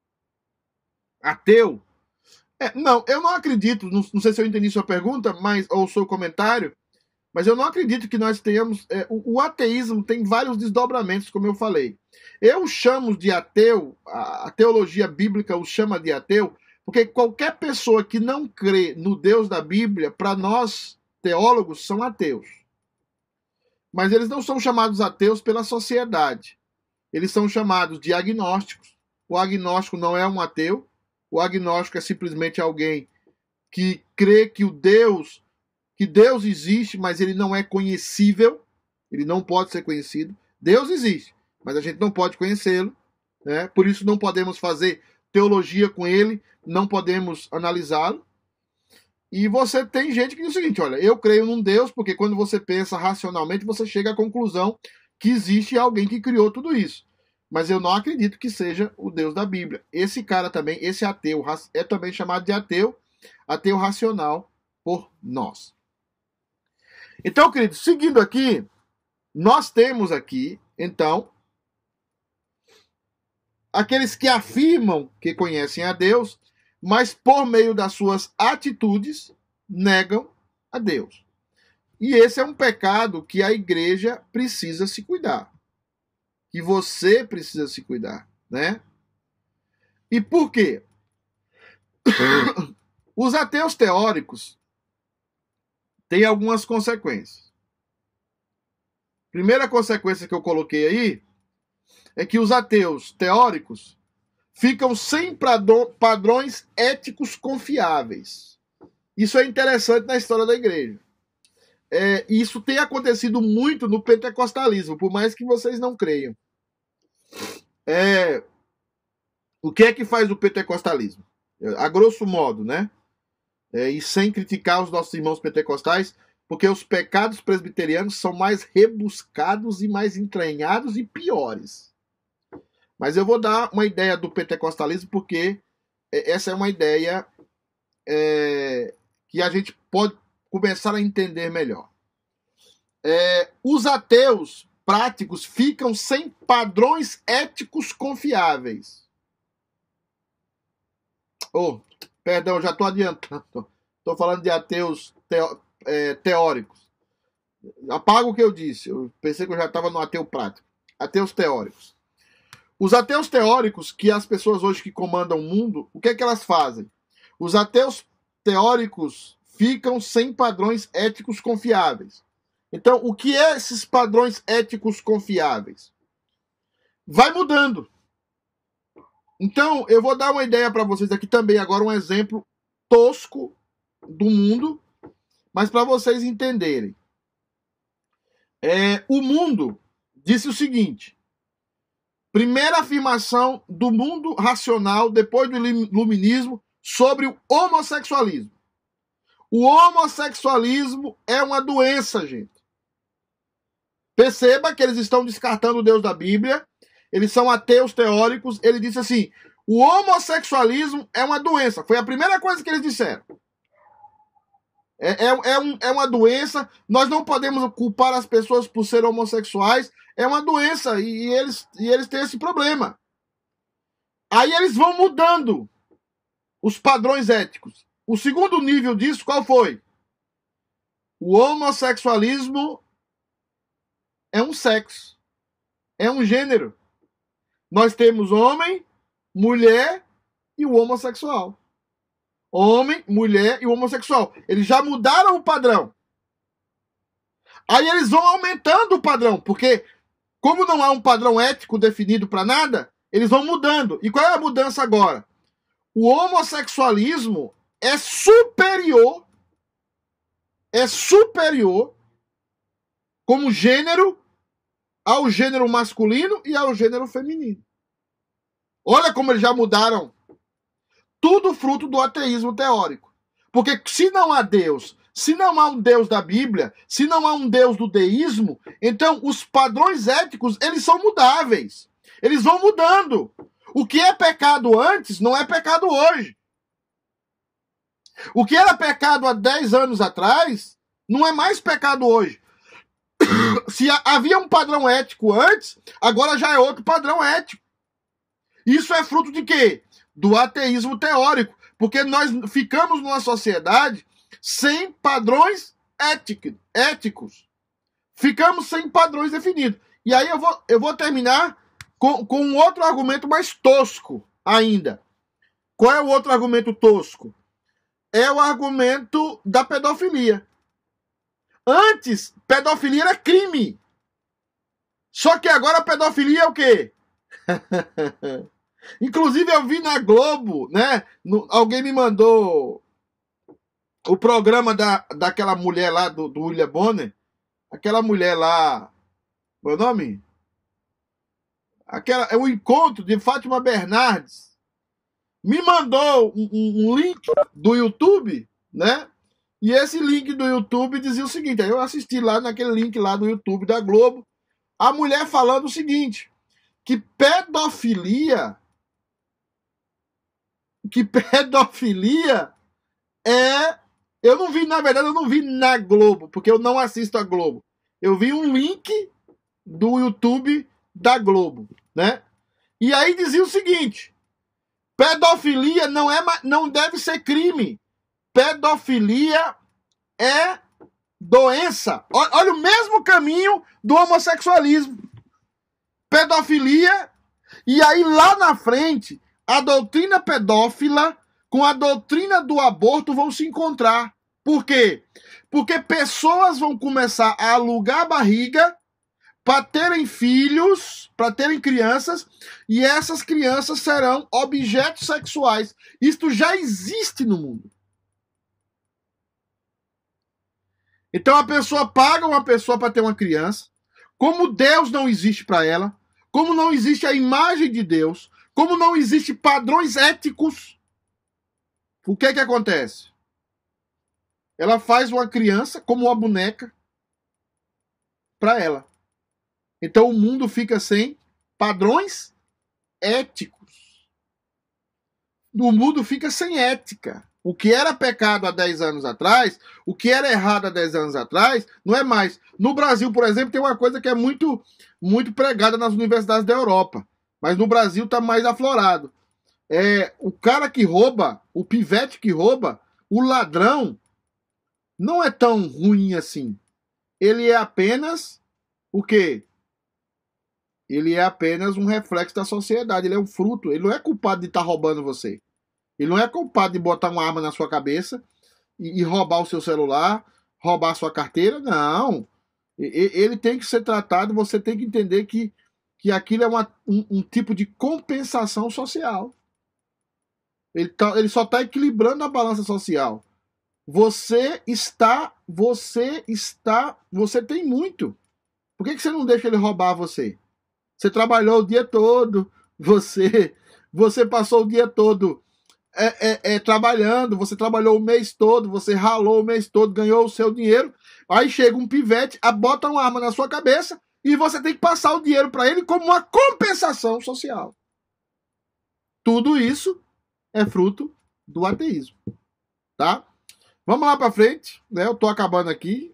ateu? É, não, eu não acredito, não, não sei se eu entendi sua pergunta, mas ou seu comentário, mas eu não acredito que nós tenhamos... É, o, o ateísmo tem vários desdobramentos, como eu falei. Eu chamo de ateu, a, a teologia bíblica o chama de ateu, porque qualquer pessoa que não crê no Deus da Bíblia, para nós, teólogos, são ateus. Mas eles não são chamados ateus pela sociedade. Eles são chamados de agnósticos. O agnóstico não é um ateu. O agnóstico é simplesmente alguém que crê que o Deus... que Deus existe, mas ele não é conhecível, ele não pode ser conhecido. Deus existe, mas a gente não pode conhecê-lo, né? Por isso não podemos fazer teologia com ele, não podemos analisá-lo. E você tem gente que diz o seguinte, olha, eu creio num Deus, porque quando você pensa racionalmente, você chega à conclusão que existe alguém que criou tudo isso. Mas eu não acredito que seja o Deus da Bíblia. Esse cara também, esse ateu, é também chamado de ateu, ateu racional por nós. Então, queridos, seguindo aqui, nós temos aqui, então, aqueles que afirmam que conhecem a Deus, mas por meio das suas atitudes, negam a Deus. E esse é um pecado que a igreja precisa se cuidar. Que você precisa se cuidar, né? E por quê? Os ateus teóricos tem algumas consequências. Primeira consequência que eu coloquei aí é que os ateus teóricos ficam sem padrões éticos confiáveis. Isso é interessante na história da igreja. É, isso tem acontecido muito no pentecostalismo, por mais que vocês não creiam. É, O que é que faz o pentecostalismo? A grosso modo, né? É, e sem criticar os nossos irmãos pentecostais, porque os pecados presbiterianos são mais rebuscados e mais entranhados e piores. Mas eu vou dar uma ideia do pentecostalismo, porque essa é uma ideia é, que a gente pode começar a entender melhor. É, os ateus práticos ficam sem padrões éticos confiáveis. Oh, perdão, já estou adiantando. Estou falando de ateus teo, é, teóricos. Apaga o que eu disse. Eu pensei que eu já estava no ateu prático. Ateus teóricos. Os ateus teóricos, que as pessoas hoje que comandam o mundo, o que é que elas fazem? Os ateus teóricos ficam sem padrões éticos confiáveis. Então, o que é esses padrões éticos confiáveis? Vai mudando. Então, eu vou dar uma ideia para vocês aqui também, agora um exemplo tosco do mundo, mas para vocês entenderem. É, o mundo disse o seguinte: primeira afirmação do mundo racional, depois do iluminismo, sobre o homossexualismo. O homossexualismo é uma doença, gente. Perceba que eles estão descartando o Deus da Bíblia, eles são ateus teóricos. Ele disse assim: o homossexualismo é uma doença. Foi a primeira coisa que eles disseram. É, é, é, um, é uma doença, nós não podemos culpar as pessoas por serem homossexuais, é uma doença e, e, eles, e eles têm esse problema. Aí eles vão mudando os padrões éticos. O segundo nível disso, qual foi? O homossexualismo é um sexo, é um gênero. Nós temos homem, mulher e o homossexual. Homem, mulher e o homossexual. Eles já mudaram o padrão. Aí eles vão aumentando o padrão, porque como não há um padrão ético definido para nada, eles vão mudando. E qual é a mudança agora? O homossexualismo é superior, é superior como gênero ao gênero masculino e ao gênero feminino. Olha como eles já mudaram. Tudo fruto do ateísmo teórico. Porque se não há Deus, se não há um Deus da Bíblia, se não há um Deus do deísmo, então os padrões éticos, eles são mudáveis. Eles vão mudando. O que é pecado antes não é pecado hoje. O que era pecado há dez anos atrás não é mais pecado hoje. Se havia um padrão ético antes, agora já é outro padrão ético. Isso é fruto de quê? Do ateísmo teórico. Porque nós ficamos numa sociedade sem padrões ético, éticos. Ficamos sem padrões definidos. E aí eu vou, eu vou terminar com, com um outro argumento mais tosco ainda. Qual é o outro argumento tosco? É o argumento da pedofilia. Antes, pedofilia era crime. Só que agora a pedofilia é o quê? Inclusive eu vi na Globo, né? No, alguém me mandou o programa da, daquela mulher lá, do, do William Bonner. Aquela mulher lá, meu nome? Aquela, é o encontro de Fátima Bernardes. Me mandou um, um, um link do YouTube, né? E esse link do YouTube dizia o seguinte, aí eu assisti lá naquele link lá do YouTube da Globo, a mulher falando o seguinte, que pedofilia, que pedofilia é, eu não vi, na verdade eu não vi na Globo, porque eu não assisto a Globo, eu vi um link do YouTube da Globo, né? E aí dizia o seguinte, pedofilia não, é, não deve ser crime. Pedofilia é doença. Olha o mesmo caminho do homossexualismo. Pedofilia, e aí lá na frente, a doutrina pedófila com a doutrina do aborto vão se encontrar. Por quê? Porque pessoas vão começar a alugar a barriga para terem filhos, para terem crianças, e essas crianças serão objetos sexuais. Isto já existe no mundo. Então a pessoa paga uma pessoa para ter uma criança, como Deus não existe para ela, como não existe a imagem de Deus, Como não existem padrões éticos, o que é que acontece? Ela faz uma criança como uma boneca para ela. Então o mundo fica sem padrões éticos. O mundo fica sem ética. O que era pecado há dez anos atrás, o que era errado há dez anos atrás, não é mais. No Brasil, por exemplo, tem uma coisa que é muito, muito pregada nas universidades da Europa. Mas no Brasil está mais aflorado. É, o cara que rouba, o pivete que rouba, o ladrão, não é tão ruim assim. Ele é apenas o quê? Ele é apenas um reflexo da sociedade. Ele é um fruto. Ele não é culpado de estar roubando você. Ele não é culpado de botar uma arma na sua cabeça e, e roubar o seu celular, roubar a sua carteira. Não. E, ele tem que ser tratado. Você tem que entender que, que aquilo é uma, um, um tipo de compensação social. Ele, tá, ele só está equilibrando a balança social. Você está, você está, você tem muito. Por que, que você não deixa ele roubar você? Você trabalhou o dia todo, você, você passou o dia todo é, é, é, trabalhando, você trabalhou o mês todo, você ralou o mês todo, ganhou o seu dinheiro, aí chega um pivete, bota uma arma na sua cabeça e você tem que passar o dinheiro para ele como uma compensação social. Tudo isso é fruto do ateísmo, tá? Vamos lá para frente, né? Eu tô acabando aqui.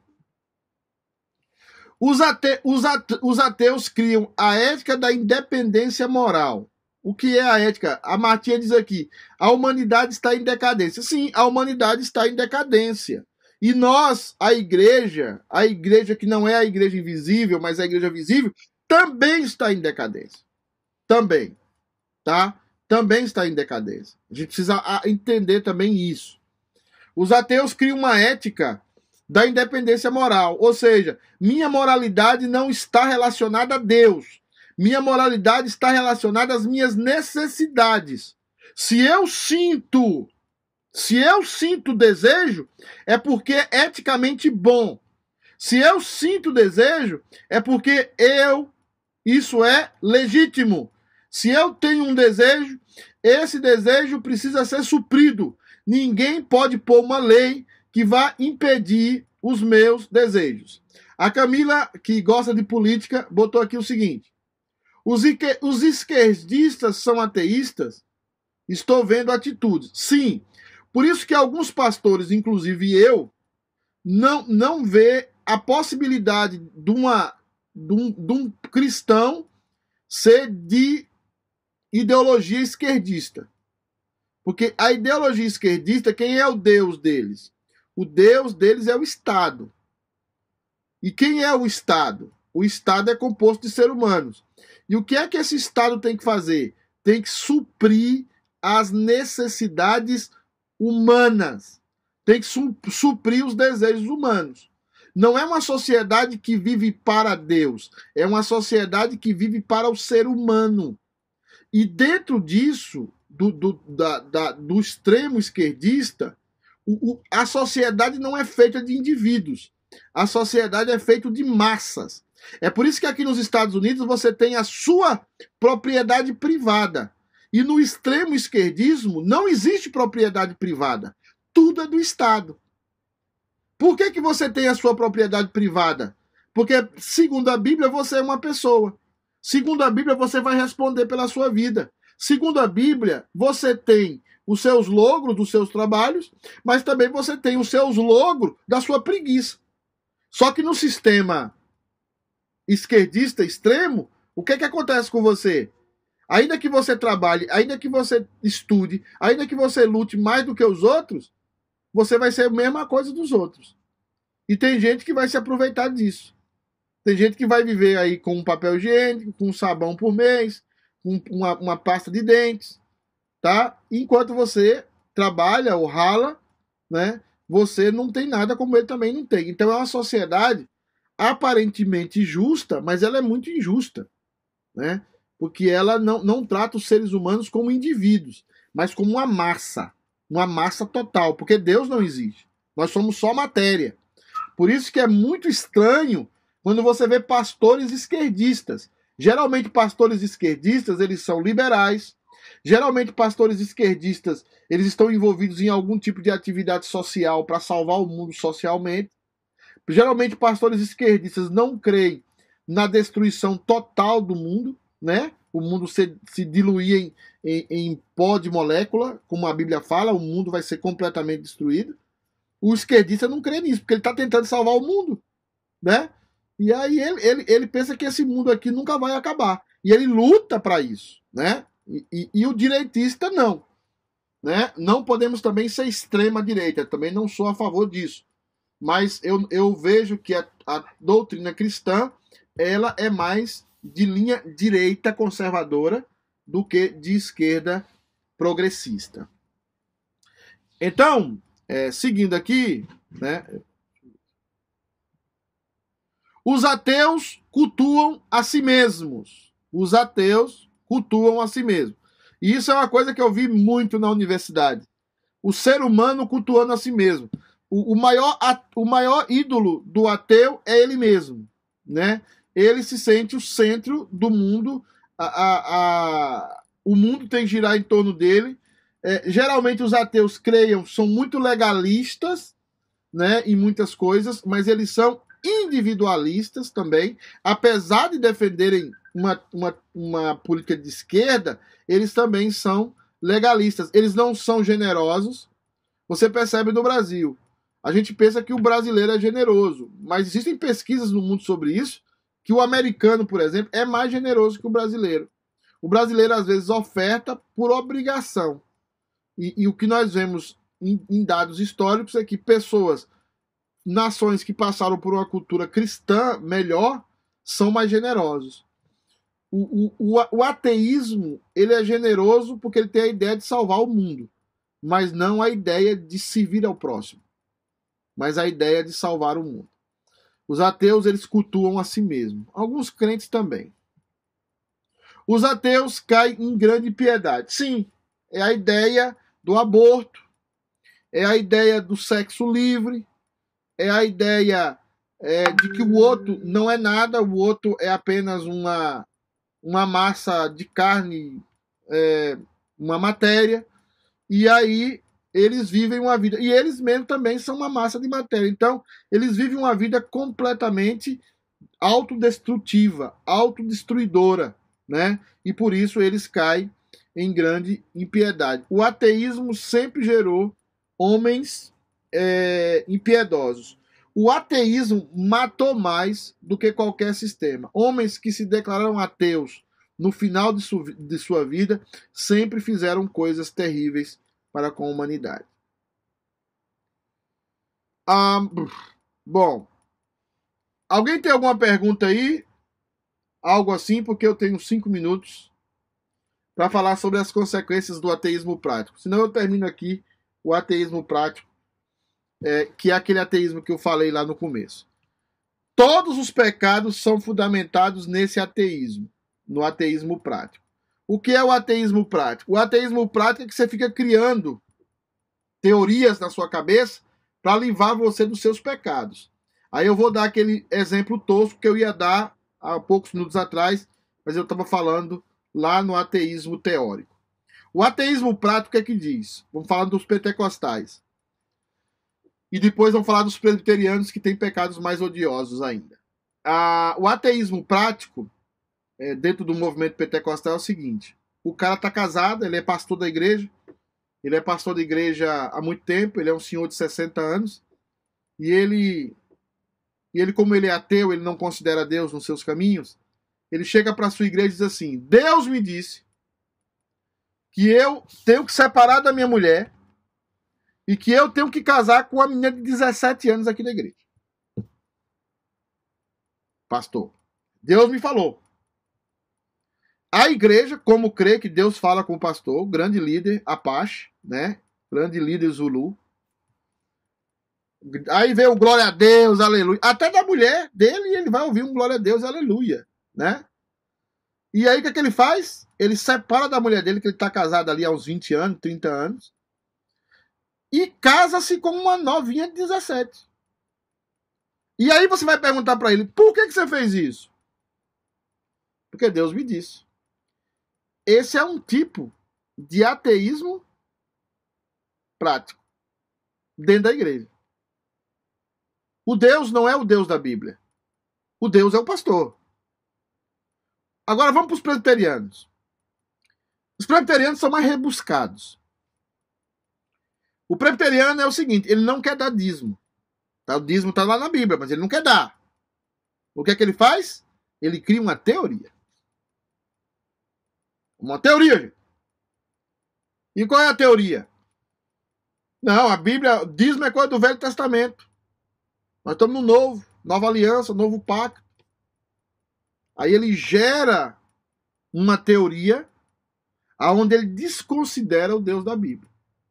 Os, ate... os, ate... os ateus criam a ética da independência moral. O que é a ética? A Martinha diz aqui, a humanidade está em decadência. Sim, a humanidade está em decadência. E nós, a igreja, a igreja que não é a igreja invisível, mas a igreja visível, também está em decadência. Também, tá? Também está em decadência. A gente precisa entender também isso. Os ateus criam uma ética da independência moral, ou seja, minha moralidade não está relacionada a Deus. Minha moralidade está relacionada às minhas necessidades. Se eu sinto, se eu sinto desejo, é porque é eticamente bom. Se eu sinto desejo, é porque eu, isso é legítimo. Se eu tenho um desejo, esse desejo precisa ser suprido. Ninguém pode pôr uma lei que vá impedir os meus desejos. A Camila, que gosta de política, botou aqui o seguinte: os, os esquerdistas são ateístas? Estou vendo atitudes. Sim, por isso que alguns pastores, inclusive eu, não, não vê a possibilidade de, uma, de, um, de um cristão ser de ideologia esquerdista. Porque a ideologia esquerdista, quem é o Deus deles? O Deus deles é o Estado. E quem é o Estado? O Estado é composto de seres humanos. E o que é que esse Estado tem que fazer? Tem que suprir as necessidades humanas. Tem que su- suprir os desejos humanos. Não é uma sociedade que vive para Deus. É uma sociedade que vive para o ser humano. E dentro disso, do, do, da, da, do extremo esquerdista, o, o, a sociedade não é feita de indivíduos. A sociedade é feita de massas. É por isso que aqui nos Estados Unidos você tem a sua propriedade privada. E no extremo esquerdismo não existe propriedade privada. Tudo é do Estado. Por que que você tem a sua propriedade privada? Porque, segundo a Bíblia, você é uma pessoa. Segundo a Bíblia, você vai responder pela sua vida. Segundo a Bíblia, você tem os seus logros dos seus trabalhos, mas também você tem os seus logros da sua preguiça. Só que no sistema esquerdista extremo, o que é que acontece com você? Ainda que você trabalhe, ainda que você estude, ainda que você lute mais do que os outros, você vai ser a mesma coisa dos outros. E tem gente que vai se aproveitar disso. Tem gente que vai viver aí com um papel higiênico, com um sabão por mês, com uma, uma pasta de dentes, tá? Enquanto você trabalha ou rala, né? Você não tem nada como ele também não tem. Então é uma sociedade aparentemente justa, mas ela é muito injusta, né? Porque ela não, não trata os seres humanos como indivíduos, mas como uma massa, uma massa total, porque Deus não existe. Nós somos só matéria. Por isso que é muito estranho quando você vê pastores esquerdistas. Geralmente pastores esquerdistas, eles são liberais, Geralmente, pastores esquerdistas, eles estão envolvidos em algum tipo de atividade social para salvar o mundo socialmente. Geralmente, pastores esquerdistas não creem na destruição total do mundo, né? O mundo se, se diluir em, em, em pó de molécula, como a Bíblia fala, o mundo vai ser completamente destruído. O esquerdista não crê nisso, porque ele está tentando salvar o mundo, né? E aí ele, ele, ele pensa que esse mundo aqui nunca vai acabar. E ele luta para isso, né? E, e, e o direitista não, né? Não podemos também ser extrema direita, também não sou a favor disso. Mas eu, eu vejo que a, a doutrina cristã, ela é mais de linha direita conservadora do que de esquerda progressista. Então, é, seguindo aqui, né? Os ateus cultuam a si mesmos. Os ateus cultuam a si mesmos. E isso é uma coisa que eu vi muito na universidade. O ser humano cultuando a si mesmo. O, o, maior, o maior ídolo do ateu é ele mesmo, né? Ele se sente o centro do mundo. A, a, a, o mundo tem que girar em torno dele. É, geralmente os ateus, creiam, são muito legalistas, né, em muitas coisas, mas eles são individualistas também. Apesar de defenderem uma, uma, uma política de esquerda, eles também são legalistas. Eles não são generosos. Você percebe no Brasil. A gente pensa que o brasileiro é generoso, mas existem pesquisas no mundo sobre isso, que o americano, por exemplo, é mais generoso que o brasileiro. O brasileiro, às vezes, oferta por obrigação. E, e o que nós vemos em, em dados históricos é que pessoas, nações que passaram por uma cultura cristã melhor, são mais generosos. O, o, o, o ateísmo, ele é generoso porque ele tem a ideia de salvar o mundo, mas não a ideia de servir ao próximo, mas a ideia de salvar o mundo. Os ateus, eles cultuam a si mesmos. Alguns crentes também. Os ateus caem em grande piedade. Sim, é a ideia do aborto, é a ideia do sexo livre, é a ideia é, de que o outro não é nada, o outro é apenas uma, uma massa de carne, é, uma matéria, e aí eles vivem uma vida, e eles mesmos também são uma massa de matéria, então eles vivem uma vida completamente autodestrutiva, autodestruidora, né? E por isso eles caem em grande impiedade. O ateísmo sempre gerou homens é, impiedosos. O ateísmo matou mais do que qualquer sistema. Homens que se declararam ateus no final de, su de sua vida sempre fizeram coisas terríveis para com a humanidade. Ah, bom, alguém tem alguma pergunta aí? Algo assim, porque eu tenho cinco minutos para falar sobre as consequências do ateísmo prático. Senão eu termino aqui o ateísmo prático, é, que é aquele ateísmo que eu falei lá no começo. Todos os pecados são fundamentados nesse ateísmo, no ateísmo prático. O que é o ateísmo prático? O ateísmo prático é que você fica criando teorias na sua cabeça para livrar você dos seus pecados. Aí eu vou dar aquele exemplo tosco que eu ia dar há poucos minutos atrás, mas eu estava falando lá no ateísmo teórico. O ateísmo prático é que diz, vamos falar dos pentecostais, e depois vamos falar dos presbiterianos que têm pecados mais odiosos ainda. Ah, o ateísmo prático, é, dentro do movimento pentecostal, é o seguinte: o cara está casado, ele é pastor da igreja, ele é pastor da igreja há muito tempo, ele é um senhor de sessenta anos, e ele, e ele como ele é ateu, ele não considera Deus nos seus caminhos, ele chega para a sua igreja e diz assim: Deus me disse que eu tenho que separar da minha mulher e que eu tenho que casar com uma menina de dezessete anos aqui na igreja. Pastor, Deus me falou. A igreja, como crê que Deus fala com o pastor, grande líder Apache, né? Grande líder Zulu. Aí vem o glória a Deus, aleluia. Até da mulher dele, ele vai ouvir um glória a Deus, aleluia, né? E aí o que, é que ele faz? Ele separa da mulher dele, que ele está casado ali há uns vinte anos, trinta anos, e casa-se com uma novinha de dezessete. E aí você vai perguntar para ele: por que, que você fez isso? Porque Deus me disse. Esse é um tipo de ateísmo prático dentro da igreja. O Deus não é o Deus da Bíblia. O Deus é o pastor. Agora vamos para os presbiterianos. Os presbiterianos são mais rebuscados. O presbiteriano é o seguinte, ele não quer dar dízimo. Tá? O dízimo está lá na Bíblia, mas ele não quer dar. O que é que ele faz? Ele cria uma teoria. Uma teoria, gente. E qual é a teoria? Não, a Bíblia, dízimo é coisa do Velho Testamento. Nós estamos no Novo, Nova Aliança, Novo Pacto. Aí ele gera uma teoria onde ele desconsidera o Deus da Bíblia.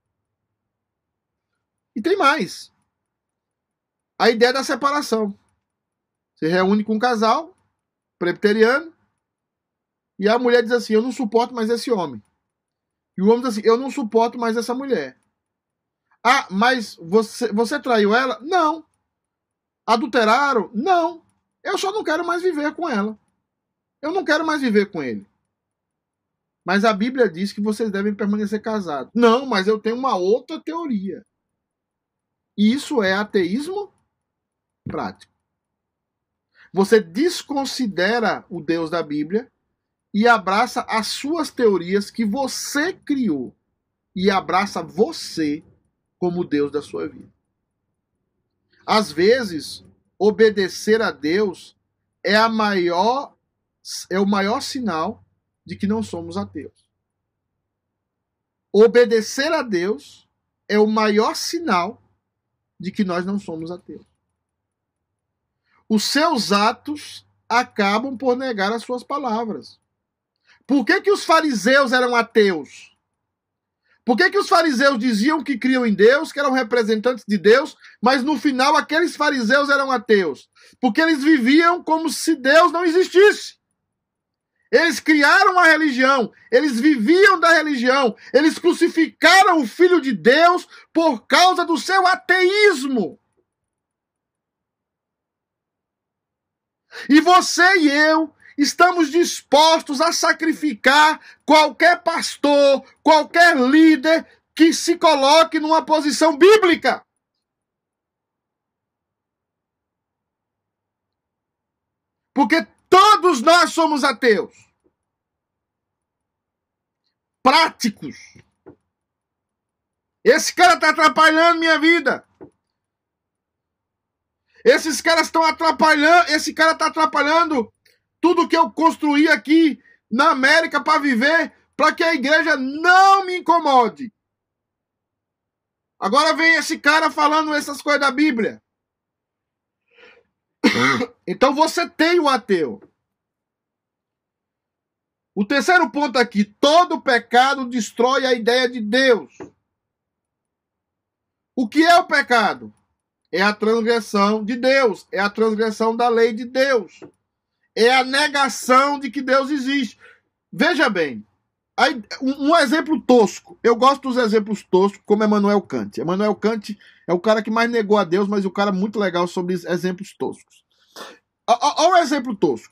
E tem mais. A ideia da separação. Você reúne com um casal presbiteriano e a mulher diz assim, eu não suporto mais esse homem. E o homem diz assim, eu não suporto mais essa mulher. Ah, mas você, você traiu ela? Não. Adulteraram? Não. Eu só não quero mais viver com ela. Eu não quero mais viver com ele. Mas a Bíblia diz que vocês devem permanecer casados. Não, mas eu tenho uma outra teoria. E isso é ateísmo prático. Você desconsidera o Deus da Bíblia e abraça as suas teorias que você criou. E abraça você como Deus da sua vida. Às vezes, obedecer a Deus é, a maior, é o maior sinal de que não somos ateus. Obedecer a Deus é o maior sinal de que nós não somos ateus. Os seus atos acabam por negar as suas palavras. Por que que os fariseus eram ateus? Por que que os fariseus diziam que criam em Deus, que eram representantes de Deus, mas no final aqueles fariseus eram ateus? Porque eles viviam como se Deus não existisse. Eles criaram a religião, eles viviam da religião, eles crucificaram o Filho de Deus por causa do seu ateísmo. E você e eu estamos dispostos a sacrificar qualquer pastor, qualquer líder que se coloque numa posição bíblica. Porque todos nós somos ateus. Práticos. Esse cara está atrapalhando minha vida. Esses caras estão atrapalhando, esse cara está atrapalhando tudo que eu construí aqui na América para viver, para que a igreja não me incomode. Agora vem esse cara falando essas coisas da Bíblia. Então você tem o ateu. O terceiro ponto aqui, todo pecado destrói a ideia de Deus. O que é o pecado? É a transgressão de Deus, é a transgressão da lei de Deus. É a negação de que Deus existe. Veja bem, aí, um, um exemplo tosco. Eu gosto dos exemplos toscos, como Emmanuel Kant. Emmanuel Kant é o cara que mais negou a Deus, mas o cara muito legal sobre exemplos toscos. Olha o exemplo tosco.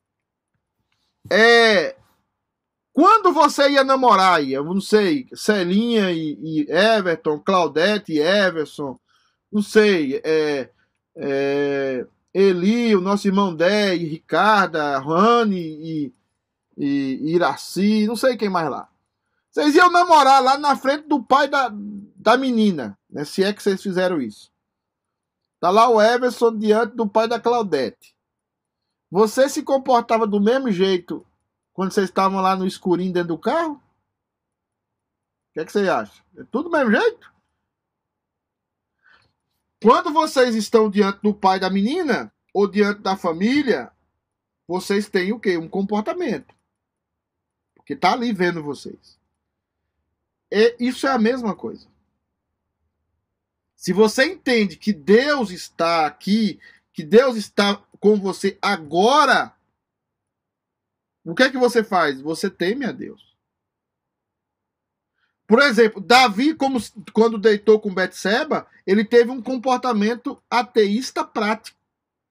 É, quando você ia namorar, eu não sei, Celinha e, e Everton, Claudete e Everson, não sei, é, é, Eli, o nosso irmão Dé, e Ricarda, Rani e, e Iraci, não sei quem mais lá. Vocês iam namorar lá na frente do pai da, da menina, né, se é que vocês fizeram isso. Tá lá o Everson diante do pai da Claudete. Você se comportava do mesmo jeito quando vocês estavam lá no escurinho dentro do carro? O que é que você acha? É tudo do mesmo jeito? Quando vocês estão diante do pai da menina, ou diante da família, vocês têm o quê? Um comportamento. Porque está ali vendo vocês. E isso é a mesma coisa. Se você entende que Deus está aqui, que Deus está com você agora, o que é que você faz? Você teme a Deus. Por exemplo, Davi, como, quando deitou com Betseba, ele teve um comportamento ateísta prático.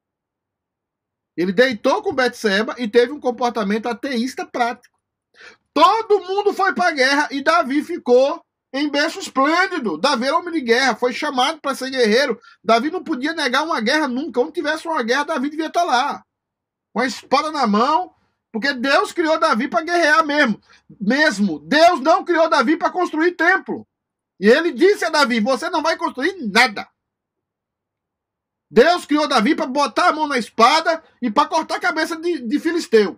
Ele deitou com Betseba e teve um comportamento ateísta prático. Todo mundo foi para a guerra e Davi ficou em berço esplêndido. Davi era homem de guerra, foi chamado para ser guerreiro. Davi não podia negar uma guerra nunca. Onde tivesse uma guerra, Davi devia estar lá. Com a espada na mão, porque Deus criou Davi para guerrear mesmo. Mesmo. Deus não criou Davi para construir templo. E ele disse a Davi, você não vai construir nada. Deus criou Davi para botar a mão na espada e para cortar a cabeça de, de filisteu.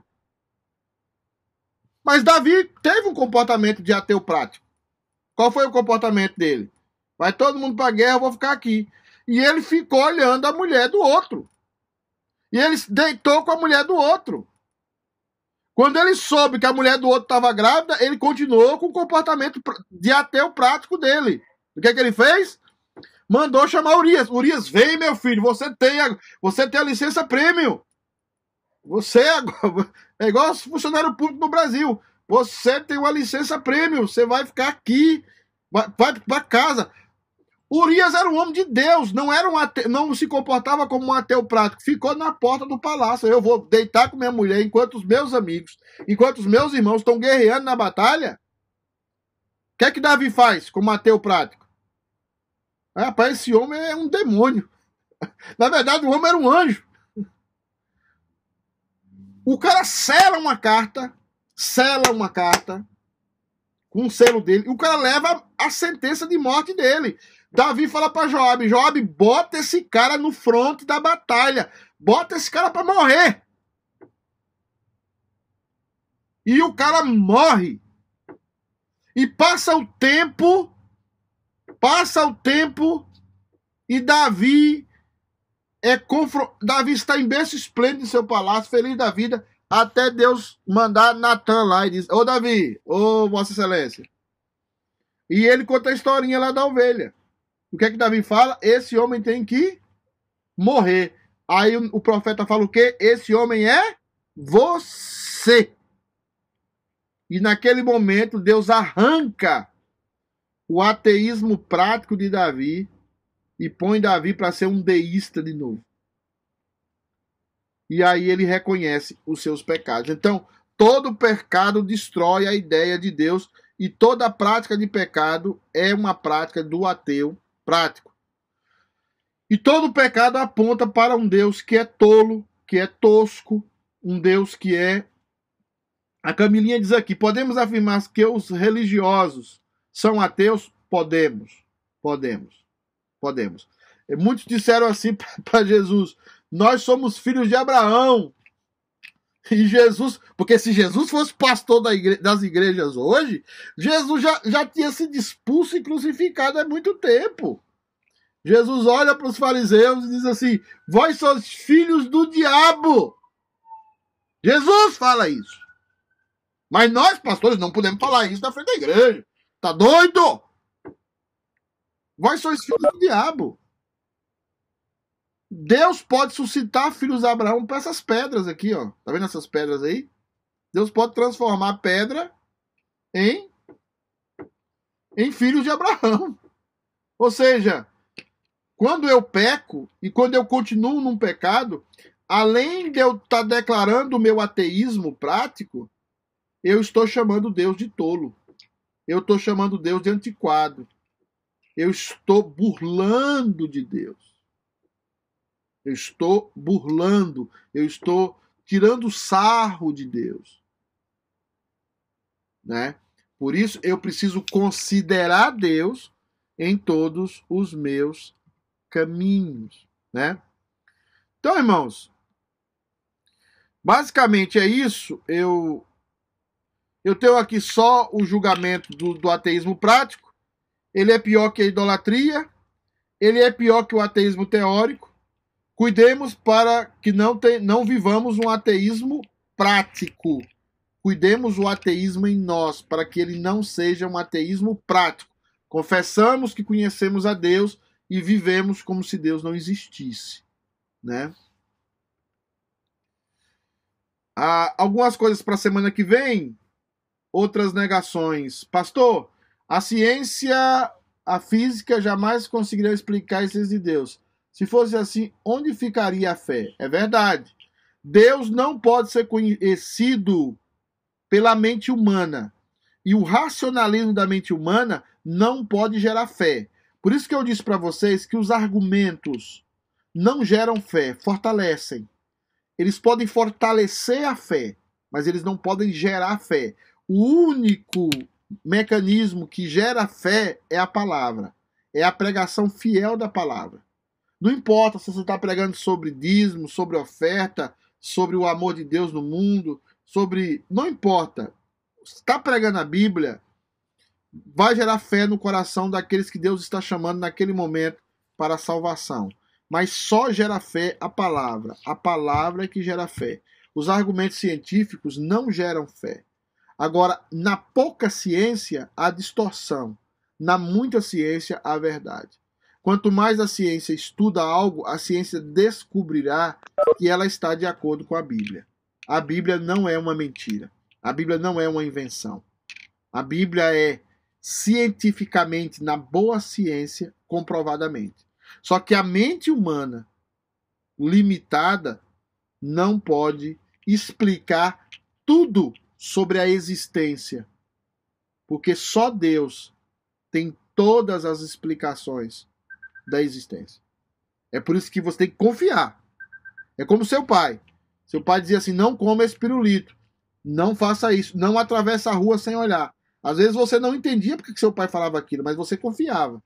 Mas Davi teve um comportamento de ateu prático. Qual foi o comportamento dele? Vai todo mundo para a guerra, eu vou ficar aqui. E ele ficou olhando a mulher do outro. E ele deitou com a mulher do outro. Quando ele soube que a mulher do outro estava grávida, ele continuou com o comportamento de ateu prático dele. O que é que ele fez? Mandou chamar Urias. Urias, vem, meu filho, você tem a, você tem a licença premium. Você é igual funcionário público no Brasil. Você tem uma licença premium. Você vai ficar aqui. Vai, vai para casa. Urias era um homem de Deus. Não, era um ateu, não se comportava como um ateu prático. Ficou na porta do palácio. Eu vou deitar com minha mulher enquanto os meus amigos, enquanto os meus irmãos estão guerreando na batalha. O que é que Davi faz como ateu prático? Ah, rapaz, esse homem é um demônio. Na verdade, o homem era um anjo. O cara sela uma carta, sela uma carta com o selo dele, e o cara leva a sentença de morte dele. Davi fala para Joabe, Joabe, bota esse cara no fronte da batalha, bota esse cara para morrer. E o cara morre. E passa o tempo, passa o tempo, e Davi é confro... Davi está em berço esplêndido em seu palácio, feliz da vida, até Deus mandar Natan lá e diz, ô Davi, ô Vossa Excelência. E ele conta a historinha lá da ovelha. O que é que Davi fala? Esse homem tem que morrer. Aí o, o profeta fala o quê? Esse homem é você. E naquele momento Deus arranca o ateísmo prático de Davi e põe Davi para ser um deísta de novo. E aí ele reconhece os seus pecados. Então, todo pecado destrói a ideia de Deus e toda prática de pecado é uma prática do ateu prático. E todo pecado aponta para um Deus que é tolo, que é tosco, um Deus que é... A Camilinha diz aqui, podemos afirmar que os religiosos são ateus? Podemos, podemos. Podemos. Muitos disseram assim para Jesus, nós somos filhos de Abraão. E Jesus, porque se Jesus fosse pastor da igre, das igrejas hoje, Jesus já, já tinha sido expulso e crucificado há muito tempo. Jesus olha para os fariseus e diz assim, vós sois filhos do diabo. Jesus fala isso. Mas nós, pastores, não podemos falar isso na frente da igreja. Tá doido? Vós sois filhos do diabo. Deus pode suscitar filhos de Abraão para essas pedras aqui, ó. Tá vendo essas pedras aí? Deus pode transformar pedra em, em filhos de Abraão. Ou seja, quando eu peco e quando eu continuo num pecado, além de eu estar declarando o meu ateísmo prático, eu estou chamando Deus de tolo. Eu estou chamando Deus de antiquado. Eu estou burlando de Deus. Eu estou burlando. Eu estou tirando sarro de Deus. Né? Por isso, eu preciso considerar Deus em todos os meus caminhos. Né? Então, irmãos, basicamente é isso. Eu, eu tenho aqui só o julgamento do, do ateísmo prático. Ele é pior que a idolatria. Ele é pior que o ateísmo teórico. Cuidemos para que não, te, não vivamos um ateísmo prático. Cuidemos o ateísmo em nós, para que ele não seja um ateísmo prático. Confessamos que conhecemos a Deus e vivemos como se Deus não existisse. Né? Ah, algumas coisas para a semana que vem. Outras negações. Pastor, a ciência, a física jamais conseguiria explicar a existência de Deus. Se fosse assim, onde ficaria a fé? É verdade. Deus não pode ser conhecido pela mente humana. E o racionalismo da mente humana não pode gerar fé. Por isso que eu disse para vocês que os argumentos não geram fé, fortalecem. Eles podem fortalecer a fé, mas eles não podem gerar fé. O único mecanismo que gera fé é a palavra. É a pregação fiel da palavra. Não importa se você está pregando sobre dízimo, sobre oferta, sobre o amor de Deus no mundo, sobre... Não importa. Se está pregando a Bíblia, vai gerar fé no coração daqueles que Deus está chamando naquele momento para a salvação. Mas só gera fé a palavra. A palavra é que gera fé. Os argumentos científicos não geram fé. Agora, na pouca ciência, há distorção. Na muita ciência, há verdade. Quanto mais a ciência estuda algo, a ciência descobrirá que ela está de acordo com a Bíblia. A Bíblia não é uma mentira. A Bíblia não é uma invenção. A Bíblia é cientificamente, na boa ciência, comprovadamente. Só que a mente humana limitada não pode explicar tudo sobre a existência. Porque só Deus tem todas as explicações da existência. É por isso que você tem que confiar. É como seu pai. Seu pai dizia assim, não coma esse pirulito. Não faça isso. Não atravesse a rua sem olhar. Às vezes você não entendia porque que seu pai falava aquilo, mas você confiava.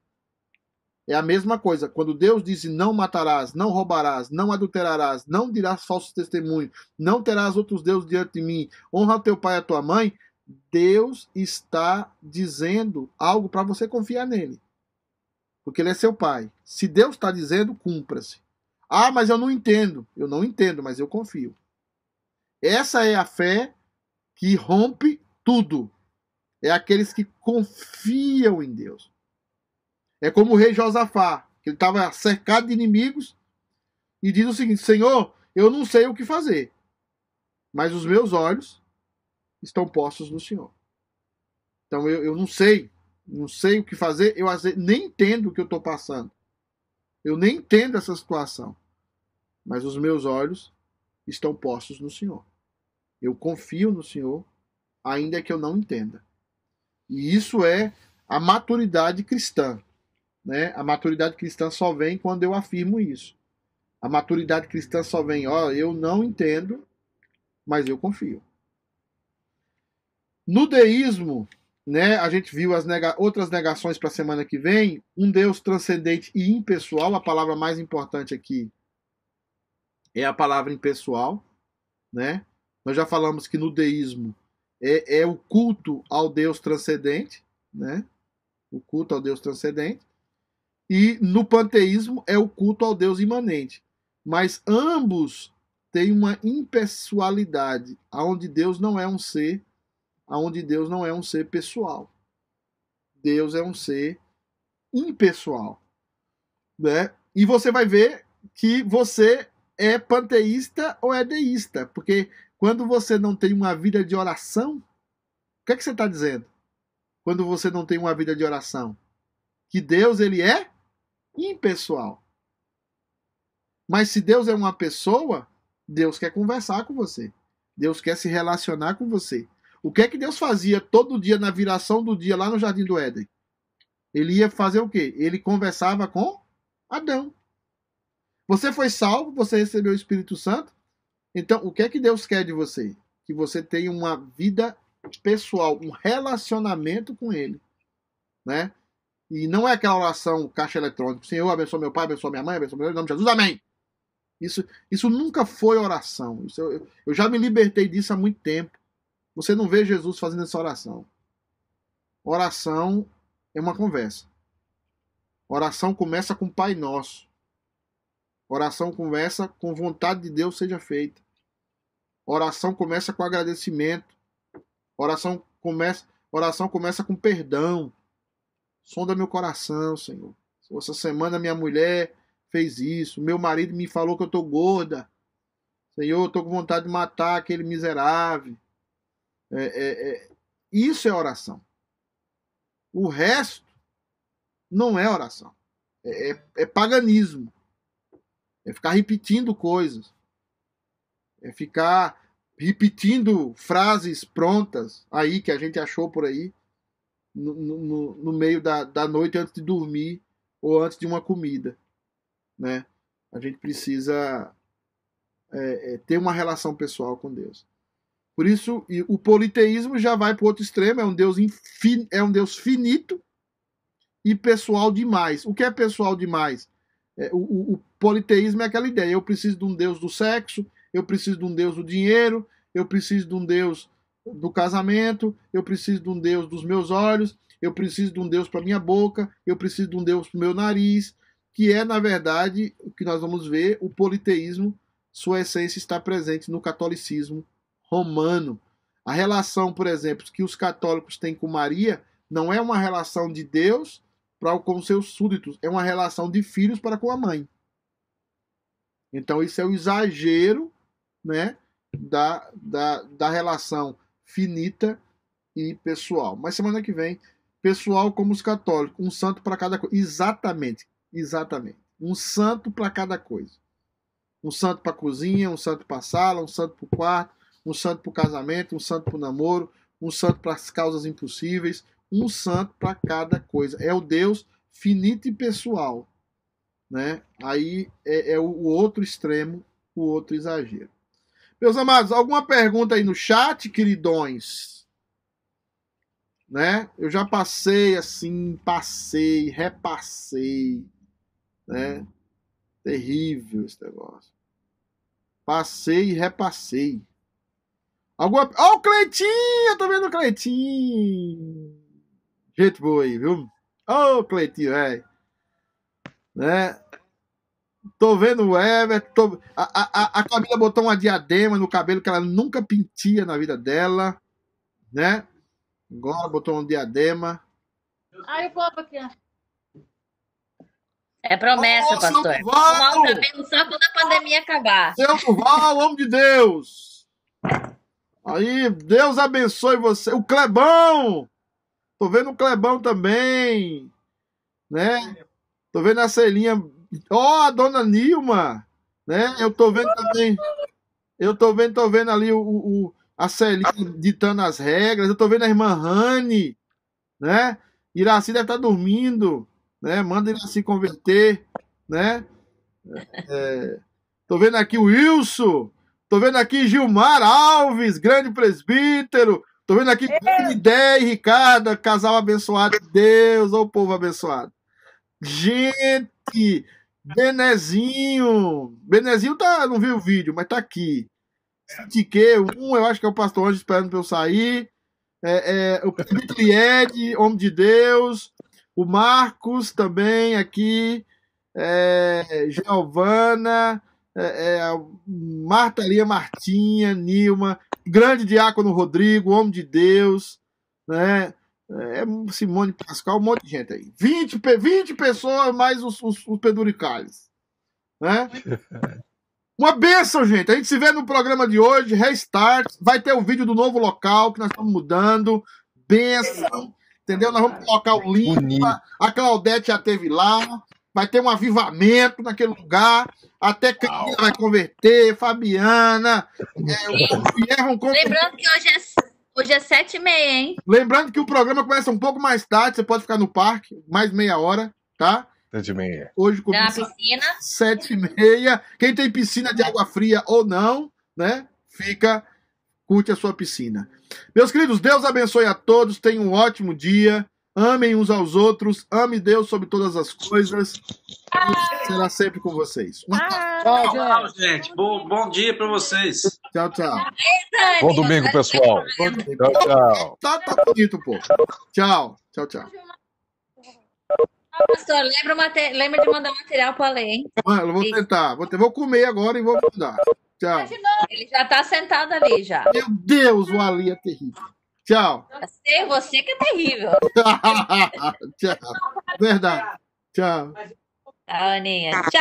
É a mesma coisa. Quando Deus disse não matarás, não roubarás, não adulterarás, não dirás falsos testemunhos, não terás outros deuses diante de mim, honra o teu pai e a tua mãe, Deus está dizendo algo para você confiar nele. Porque ele é seu pai. Se Deus está dizendo, cumpra-se. Ah, mas eu não entendo. Eu não entendo, mas eu confio. Essa é a fé que rompe tudo. É aqueles que confiam em Deus. É como o rei Josafá, que ele estava cercado de inimigos e diz o seguinte, Senhor, eu não sei o que fazer, mas os meus olhos estão postos no Senhor. Então eu, eu não sei, não sei o que fazer, eu nem entendo o que eu estou passando. Eu nem entendo essa situação, mas os meus olhos estão postos no Senhor. Eu confio no Senhor, ainda que eu não entenda. E isso é a maturidade cristã. Né? A maturidade cristã só vem quando eu afirmo isso. A maturidade cristã só vem, ó, eu não entendo, mas eu confio. No deísmo, né, a gente viu as nega- outras negações para a semana que vem, um Deus transcendente e impessoal, a palavra mais importante aqui é a palavra impessoal, né? Nós já falamos que no deísmo é, é o culto ao Deus transcendente, né? O culto ao Deus transcendente. E no panteísmo é o culto ao Deus imanente. Mas ambos têm uma impessoalidade, onde Deus não é um ser, onde Deus não é um ser pessoal. Deus é um ser impessoal. Né? E você vai ver que você é panteísta ou é deísta. Porque quando você não tem uma vida de oração, o que é que você está dizendo? Quando você não tem uma vida de oração? Que Deus, ele é impessoal. Mas se Deus é uma pessoa, Deus quer conversar com você. Deus quer se relacionar com você. O que é que Deus fazia todo dia na viração do dia lá no Jardim do Éden? Ele ia fazer o quê? Ele conversava com Adão. Você foi salvo, você recebeu o Espírito Santo. Então, o que é que Deus quer de você? Que você tenha uma vida pessoal, um relacionamento com Ele. Né? E não é aquela oração caixa eletrônica. Senhor, abençoa meu pai, abençoa minha mãe, abençoa meu Deus, em nome de Jesus, amém. Isso, isso nunca foi oração. Isso, eu, eu já me libertei disso há muito tempo. Você não vê Jesus fazendo essa oração. Oração é uma conversa. Oração começa com Pai Nosso. Oração começa com vontade de Deus seja feita. Oração começa com agradecimento. Oração começa, oração começa com perdão. Sonda meu coração, Senhor. Essa semana minha mulher fez isso. Meu marido me falou que eu estou gorda. Senhor, eu estou com vontade de matar aquele miserável. É, é, é. Isso é oração. O resto não é oração. É, é, é paganismo. É ficar repetindo coisas. É ficar repetindo frases prontas aí que a gente achou por aí no, no, no meio da, da noite antes de dormir ou antes de uma comida, né? A gente precisa é, é, ter uma relação pessoal com Deus. Por isso, o politeísmo já vai para o outro extremo, é um Deus infin, é um Deus finito e pessoal demais. O que é pessoal demais? É, o, o, o politeísmo é aquela ideia, eu preciso de um Deus do sexo, eu preciso de um Deus do dinheiro, eu preciso de um Deus do casamento, eu preciso de um Deus dos meus olhos, eu preciso de um Deus para minha boca, eu preciso de um Deus para o meu nariz, que é, na verdade, o que nós vamos ver, o politeísmo, sua essência está presente no catolicismo romano. A relação, por exemplo, que os católicos têm com Maria não é uma relação de Deus para com seus súditos, é uma relação de filhos para com a mãe. Então isso é o exagero, né, da, da, da relação finita e pessoal. Mas semana que vem, pessoal como os católicos, um santo para cada coisa. Exatamente, exatamente. Um santo para cada coisa. Um santo para a cozinha, um santo para a sala, um santo para o quarto, um santo para o casamento, um santo para o namoro, um santo para as causas impossíveis, um santo para cada coisa. É o Deus finito e pessoal, né? Aí é, é o outro extremo, o outro exagero. Meus amados, alguma pergunta aí no chat, queridões? Né? Eu já passei assim, passei, repassei, né? Terrível esse negócio. Passei e repassei. Alguma... Ó, o Cleitinho! Eu tô vendo o Cleitinho! Gente boa aí, viu? Ó, o Cleitinho, velho. Né? Tô vendo o Everton. Tô... A, a, a Camila botou uma diadema no cabelo que ela nunca pentia na vida dela. Né? Agora botou um diadema. Ai, o povo aqui, ó. É promessa, Ô, pastor. seu Duval! Arrumar o cabelo só quando a pandemia acabar. Seu Duval, homem de Deus! Aí, Deus abençoe você. O Clebão! Tô vendo o Clebão também. Né? Tô vendo a Celinha. Ó, oh, a dona Nilma! Né? Eu tô vendo também. Eu tô vendo, tô vendo ali o, o, a Celinha ditando as regras. Eu tô vendo a irmã Rani. Né? Iraci deve estar dormindo. Né? Manda ele se converter, né? É, tô vendo aqui o Wilson, tô vendo aqui Gilmar Alves, grande presbítero, tô vendo aqui Ideia e Ricardo, casal abençoado de Deus, ô povo abençoado. Gente, Benezinho, Benezinho tá, não viu o vídeo, mas tá aqui. Sitiquê, um, eu acho que é o pastor Anjo esperando pra eu sair. É, é, o presbítero Ed, homem de Deus. O Marcos também aqui, é, Giovana, é, é, Marta Lia Martinha, Nilma, grande diácono Rodrigo, homem de Deus, né? É, Simone Pascal, um monte de gente aí. vinte, vinte pessoas mais os, os, os peduricalhos. Né? Uma bênção, gente. A gente se vê no programa de hoje, Restart. Vai ter o vídeo do novo local que nós estamos mudando. Bênção. Entendeu? Nós vamos colocar o link. Bonito. A Claudete já esteve lá. Vai ter um avivamento naquele lugar. Até Camila vai converter. Fabiana. É, o vão converter. Lembrando que hoje é, hoje é sete e meia, hein? Lembrando que o programa começa um pouco mais tarde. Você pode ficar no parque. Mais meia hora. Tá? Sete e meia. Hoje Na começa piscina. sete e meia. Quem tem piscina de água fria ou não, né? Fica, curte a sua piscina. Meus queridos, Deus abençoe a todos. Tenham um ótimo dia. Amem uns aos outros. Ame Deus sobre todas as coisas. Deus será sempre com vocês. Um Tchau, Tchau, gente. Bom, bom dia para vocês. tchau, tchau. Bom domingo, pessoal. Tchau, tchau. Tá, tá bonito, pô. Tchau, tchau, tchau. Pastor, lembra, o mate... lembra de mandar material para ler, hein? Mano, eu vou tentar. Vou, ter... vou comer agora e vou mandar. Tchau. Ele já tá sentado ali já. Meu Deus, o Ali é terrível. Tchau. Você, você que é terrível. Tchau. Verdade. Tchau. Tá, Aninha. Tchau.